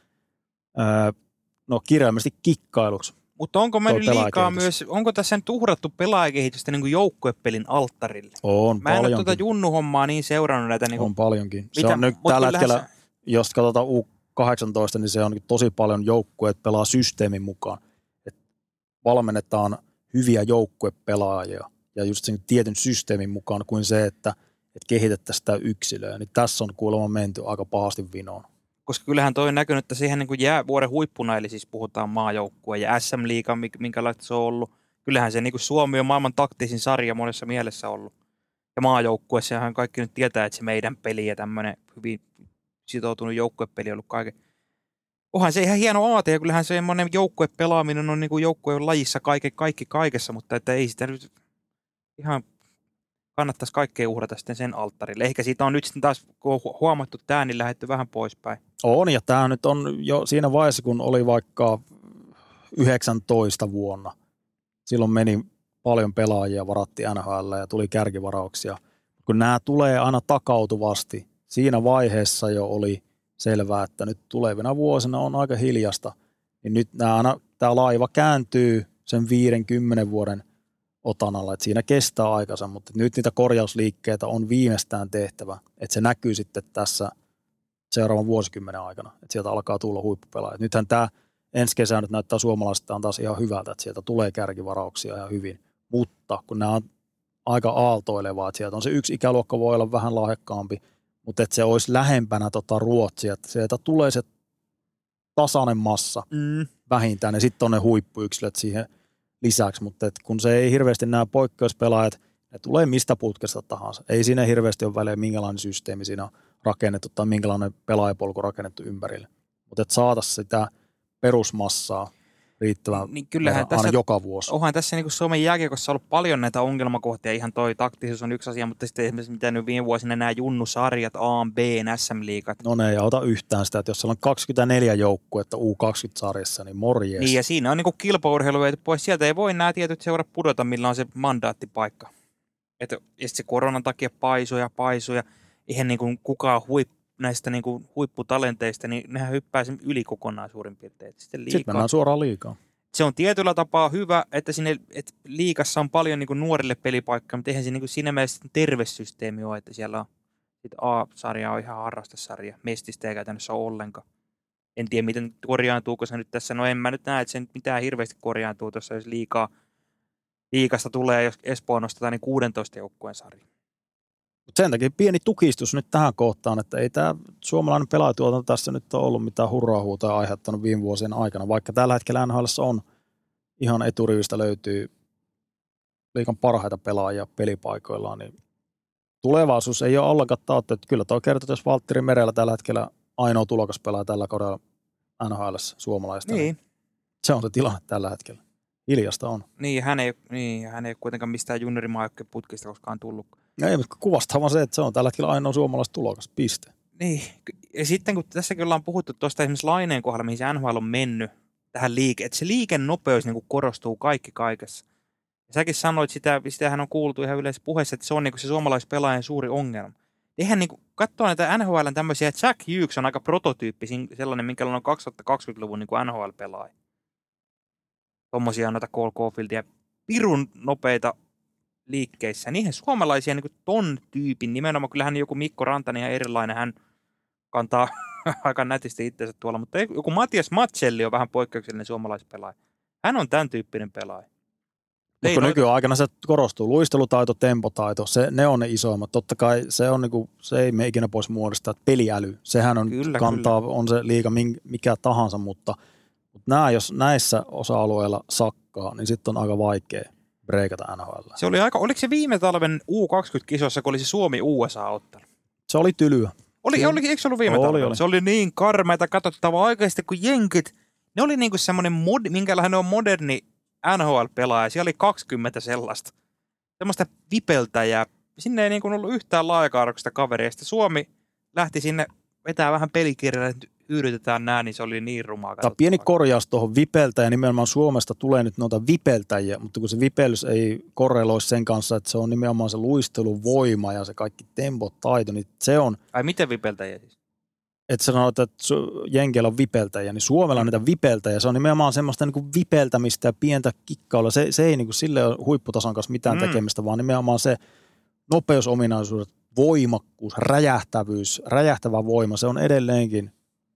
öö, no kirjaimellisesti kikkailuksi. Mutta onko mennyt liikaa myös, onko tässä nyt uhrattu pelaajakehitystä niin kuin joukkuepelin alttarille? On Mä en paljonkin. ole tuota junnuhommaa niin seurannut näitä. Niin kuin, on paljonkin. Se mitä, on nyt tällä hetkellä, se... jos katsotaan U kahdeksantoista, niin se on tosi paljon joukkueet pelaa systeemin mukaan. Et valmennetaan hyviä joukkuepelaajia ja just sen tietyn systeemin mukaan kuin se, että et kehitettäisiin sitä yksilöä. Niin tässä on kuulemma menty aika pahasti vinoon. Koska kyllähän toi on näkynyt, että siihen niin kuin jää vuoden huippuna, eli siis puhutaan maajoukkue ja S M-liiga, minkälaista se on ollut. Kyllähän se niin kuin Suomi on maailman taktisin sarja monessa mielessä ollut. Ja maajoukkueessahan kaikki nyt tietää, että se meidän peli ja tämmöinen hyvin sitoutunut joukkuepeli on ollut kaiken. Onhan se ihan hieno aate ja kyllähän semmoinen joukkuepelaaminen on niin kuin joukkueen lajissa kaikki, kaikki kaikessa, mutta että ei sitä nyt ihan kannattaisi kaikkea uhrata sitten sen alttarille. Ehkä siitä on nyt sitten taas, kun on huomattu tämä, niin lähdetty vähän poispäin. On, ja tämä nyt on jo siinä vaiheessa, kun oli vaikka yhdeksäntoista vuonna. Silloin meni paljon pelaajia, varattiin N H L ja tuli kärkivarauksia. Kun nämä tulee aina takautuvasti, siinä vaiheessa jo oli selvää, että nyt tulevina vuosina on aika hiljasta. Niin nyt nämä aina, tämä laiva kääntyy sen viidenkymmenen vuoden otanalla, että siinä kestää aikansa, mutta nyt niitä korjausliikkeitä on viimeistään tehtävä, että se näkyy sitten tässä seuraavan vuosikymmenen aikana, että sieltä alkaa tulla huippupelaajia. Nythän tämä ensi kesä nyt näyttää suomalaistaan taas ihan hyvältä, että sieltä tulee kärkivarauksia ihan hyvin, mutta kun nämä on aika aaltoilevaa, että sieltä on se yksi ikäluokka voi olla vähän lahjakkaampi, mutta että se olisi lähempänä tota Ruotsia, että sieltä tulee se tasainen massa mm. vähintään ja sitten on ne huippuyksilöt siihen lisäksi, mutta et kun se ei hirveästi nämä poikkeuspelaajat, ne tulee mistä putkesta tahansa. Ei siinä hirveästi ole väliä, minkälainen systeemi siinä on rakennettu tai minkälainen pelaajapolku rakennettu ympärille. Mutta että saataisiin sitä perusmassaa riittävän niin kyllähän aina tässä, joka vuosi. Onhan tässä niin kuin Suomen jääkiekossa ollut paljon näitä ongelmakohtia. Ihan toi taktisuus on yksi asia, mutta sitten esimerkiksi mitä nyt viime vuosina nämä junnusarjat, A, B, S M-liigat. No ne ei auta yhtään sitä, että jos siellä on kaksikymmentäneljä joukkuetta U kaksikymmentä-sarjassa, niin morjes. Niin ja siinä on niin kuin kilpaurheilu veity pois. Sieltä ei voi nämä tietyt seurat pudota, millä on se mandaattipaikka. Et, ja sitten se koronan takia paisuu ja paisuu ja eihän niin kuin kukaan huip, näistä niin kuin huipputalenteista, niin nehän hyppää sen yli kokonaan suurin piirtein. Sitten, sitten mennään suoraan liigaan. Se on tietyllä tapaa hyvä, että sinne että liigassa on paljon niin kuin nuorille pelipaikkaa, mutta eihän se niin kuin siinä mielessä terve systeemi ole, että siellä on A-sarja on ihan harrastesarja, mestistä ei käytännössä ole ollenkaan. En tiedä, miten korjaantuuko se nyt tässä. No en mä nyt näe, että se nyt mitään hirveästi korjaantuu tuossa, jos liikaa, liikasta tulee, jos Espoo nostetaan, niin kuusitoista joukkueen sarja. Mutta sen takia pieni tukistus nyt tähän kohtaan, että ei tämä suomalainen pelaajatuotanto tässä nyt ole ollut mitään hurraahuuta aiheuttanut viime vuosien aikana, vaikka tällä hetkellä N H L:ssä on ihan eturivistä löytyy liigan parhaita pelaajia pelipaikoillaan, niin tulevaisuus ei ole ollenkaan taattu, että kyllä tuo kertoo, jos Valtteri Merellä tällä hetkellä ainoa tulokas pelaa tällä kaudella N H L:ssä suomalaista, niin. niin se on se tilanne tällä hetkellä. Hiljasta on. Niin, hän ei, niin, hän ei kuitenkaan mistään juniorimaajoukkueen putkista koskaan tullut. Ei, mutta kuvastaa vaan se, että se on tällä hetkellä ainoa suomalaista tulokas. Piste. Niin, ja sitten kun tässäkin ollaan puhuttu tuosta esimerkiksi Laineen kohdalla, mihin se N H L on mennyt tähän liike, että se liikennopeus niin kuin korostuu kaikki kaikessa. Ja säkin sanoit sitä, sitähän on kuultu ihan yleensä puheessa, että se on niin kuin se suomalaispelaajan suuri ongelma. Eihän niin kuin, katsoa näitä N H L:n tämmöisiä, että Jack Hughes on aika prototyyppi, sellainen, minkälainen on kaksituhattakaksikymmentäluvun niin kuin N H L-pelaaja. Tommosia noita Cole Caulfieldia, pirun nopeita liikkeissä. Niihin suomalaisia niin kuin ton tyypin, nimenomaan kyllähän joku Mikko Rantanen ihan erilainen, hän kantaa aika nätisti itsensä tuolla, mutta joku Matias Matselli on vähän poikkeuksellinen suomalaispelaaja. Hän on tämän tyyppinen pelaaja. Mutta nykyaikana se korostuu. Luistelutaito, tempotaito, se, ne on ne isoimmat. Totta kai se, on niinku, se ei mene ikinä pois muodostaa. Peliäly, sehän on, kyllä, kantaa, kyllä. on se liiga mikä tahansa, mutta, mutta nämä, jos näissä osa-alueilla sakkaa, niin sitten on aika vaikea breikata N H L. Se oli aika, oliko se viime talven U kaksikymmentä-kisossa, kun oli se Suomi-U S A-ottelu? Se oli tylyä. Oli, oli, eikö se ollut viime talvella? Oli. Se oli niin karmeita katsottavaa oikeasti, kun jenkit, ne oli niinku semmoinen, mod, minkälainen on moderni N H L-pelaaja. Siellä oli kaksikymmentä sellaista. Semmoista vipeltäjää. Sinne ei niinku ollut yhtään laajakaarroksista kaveria. Sitten Suomi lähti sinne vetää vähän pelikirjalle, että yritetään nää, niin se oli niin rumaa. Tämä pieni korjaus tuohon vipeltäjä, nimenomaan Suomesta tulee nyt noita vipeltäjiä, mutta kun se vipellys ei korreloi sen kanssa, että se on nimenomaan se luisteluvoima ja se kaikki tempotaito, niin se on... Ai miten vipeltäjiä siis? Että sanoit, että jenkeillä on vipeltäjiä, niin Suomella on niitä vipeltäjiä. Se on nimenomaan semmoista niin kuin vipeltämistä ja pientä kikkailla. Se, se ei niin kuin sille ole huipputason kanssa mitään mm. tekemistä, vaan nimenomaan se nopeusominaisuudet, voimakkuus, räjähtävyys, räjähtävä voima, se on edelleenkin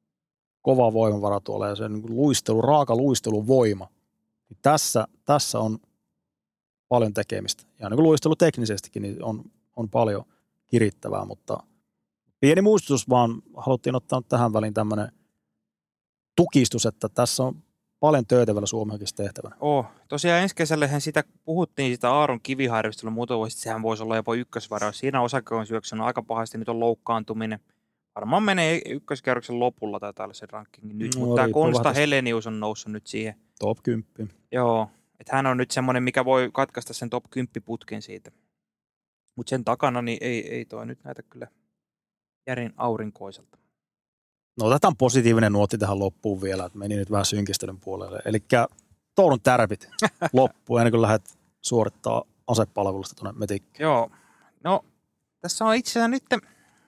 kova voimavara tuolla ja se niin kuin luistelu, raaka luisteluvoima. Tässä, tässä on paljon tekemistä. Ja niin kuin luistelu teknisestikin niin on, on paljon kirittävää, mutta pieni muistutus vaan, haluttiin ottaa tähän väliin tämmöinen tukistus, että tässä on paljon töitä vielä Suomessakin tehtävänä. Oh, tosiaan ensi kesällähän sitä puhuttiin, sitä Aaron Kiviharjustella muutama vuosi, että sehän voisi olla jopa ykkösvaraus. Siinä osake on syöksynyt aika pahasti, nyt on loukkaantuminen. Varmaan menee ykköskierroksen lopulla taitaa olla se rankingi nyt, no, mutta tämä Konsta Helenius on noussut nyt siihen. Top kymmenen. Joo, että hän on nyt semmoinen, mikä voi katkaista sen top kymmenen putken siitä. Mutta sen takana niin ei, ei toi nyt näitä kyllä järin aurinkoiselta. No otetaan positiivinen nuotti tähän loppuun vielä, että meni nyt vähän synkistelyn puolelle. Eli Tourun tärpit loppuun ennen kuin lähdet suorittaa asepalvelusta tuonne metikkiin. Joo, no tässä on itse asiassa nyt,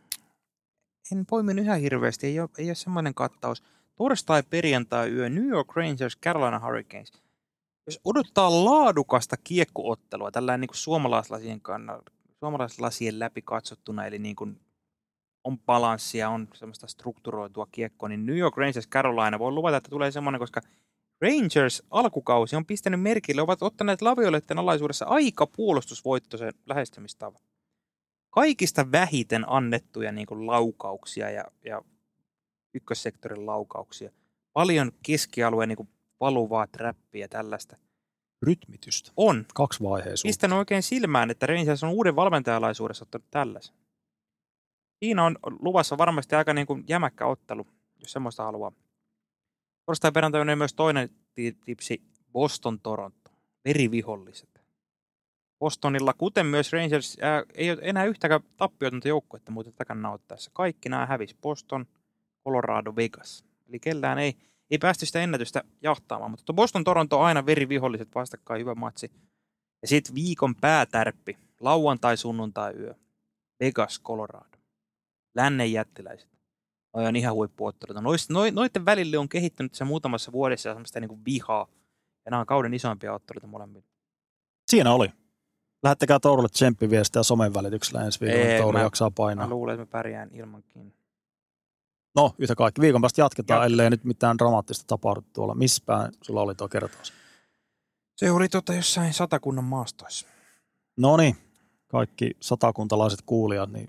en poimin yhä hirveästi, ei ole, ei ole semmoinen kattaus. Torstai, perjantai yö, New York Rangers, Carolina Hurricanes. Jos odottaa laadukasta kiekkoottelua, tällainen niin kuin suomalaislasien kannalta, suomalaislasien läpi katsottuna, eli niin kuin on balanssia, on semmoista strukturoitua kiekkoa, niin New York Rangers, Carolina, voi luvata, että tulee semmoinen, koska Rangers alkukausi on pistänyt merkille, ovat ottaneet Lavioletten alaisuudessa aika puolustusvoittoisen lähestymistavan. Kaikista vähiten annettuja niin kuin laukauksia ja, ja ykkössektorin laukauksia. Paljon keskialueen niin kuin valuvaa trappia tällaista. Rytmitystä. On. Kaksivaiheisuutta. Pistänyt oikein silmään, että Rangers on uuden valmentajalaisuudessa ottanut tällaisen. Siinä on luvassa varmasti aika niin kuin jämäkkä ottelu, jos semmoista haluaa. Torstai perjantaina on myös toinen tipsi, Boston Toronto. Veriviholliset. Bostonilla, kuten myös Rangers, ää, ei ole enää yhtäkään tappiotonta joukkuetta muuten takana ottaessa. Kaikki nämä hävisi. Boston, Colorado, Vegas. Eli kellään ei, ei päästy sitä ennätystä jahtaamaan. Mutta Boston Toronto on aina veriviholliset vastakkain, hyvä matsi. Ja sitten viikon päätärppi, lauantai, sunnuntai yö. Vegas, Colorado. Lännen jättiläiset. Noi on ihan huippuotteluita. Noiden välille on kehittynyt se muutamassa vuodessa semmoista niin kuin vihaa. Ja nämä on kauden isoimpia otteluita molemmille. Siinä oli. Lähettäkää Tourulle tsemppiviestiä somen välityksellä ensi viikolla, niin Touru jaksaa painaa. Mä luulen, että mä pärjään ilmankin. No, yhtä kaikki. Viikon päästä jatketaan, Jatketaan. ellei nyt mitään dramaattista tapahdu tuolla. Missä päin sulla oli tuo kertaus? Se oli tota jossain Satakunnan maastoissa. No niin, kaikki satakuntalaiset kuulijat, niin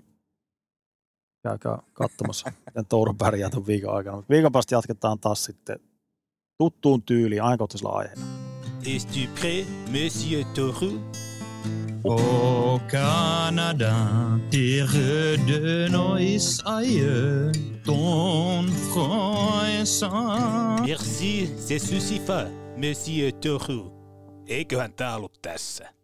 käykää katsomassa, miten Touru pärjää tuon viikon aikana. Viikon päästä jatketaan taas sitten tuttuun tyyliin ajankohtaisella aiheena. Es-tu prêt, Monsieur Touru? Au Canada, terre de nos aïeux, ton front est sans. Merci, c'est suffisant, Monsieur Touru. eiköhän tää ollut tässä.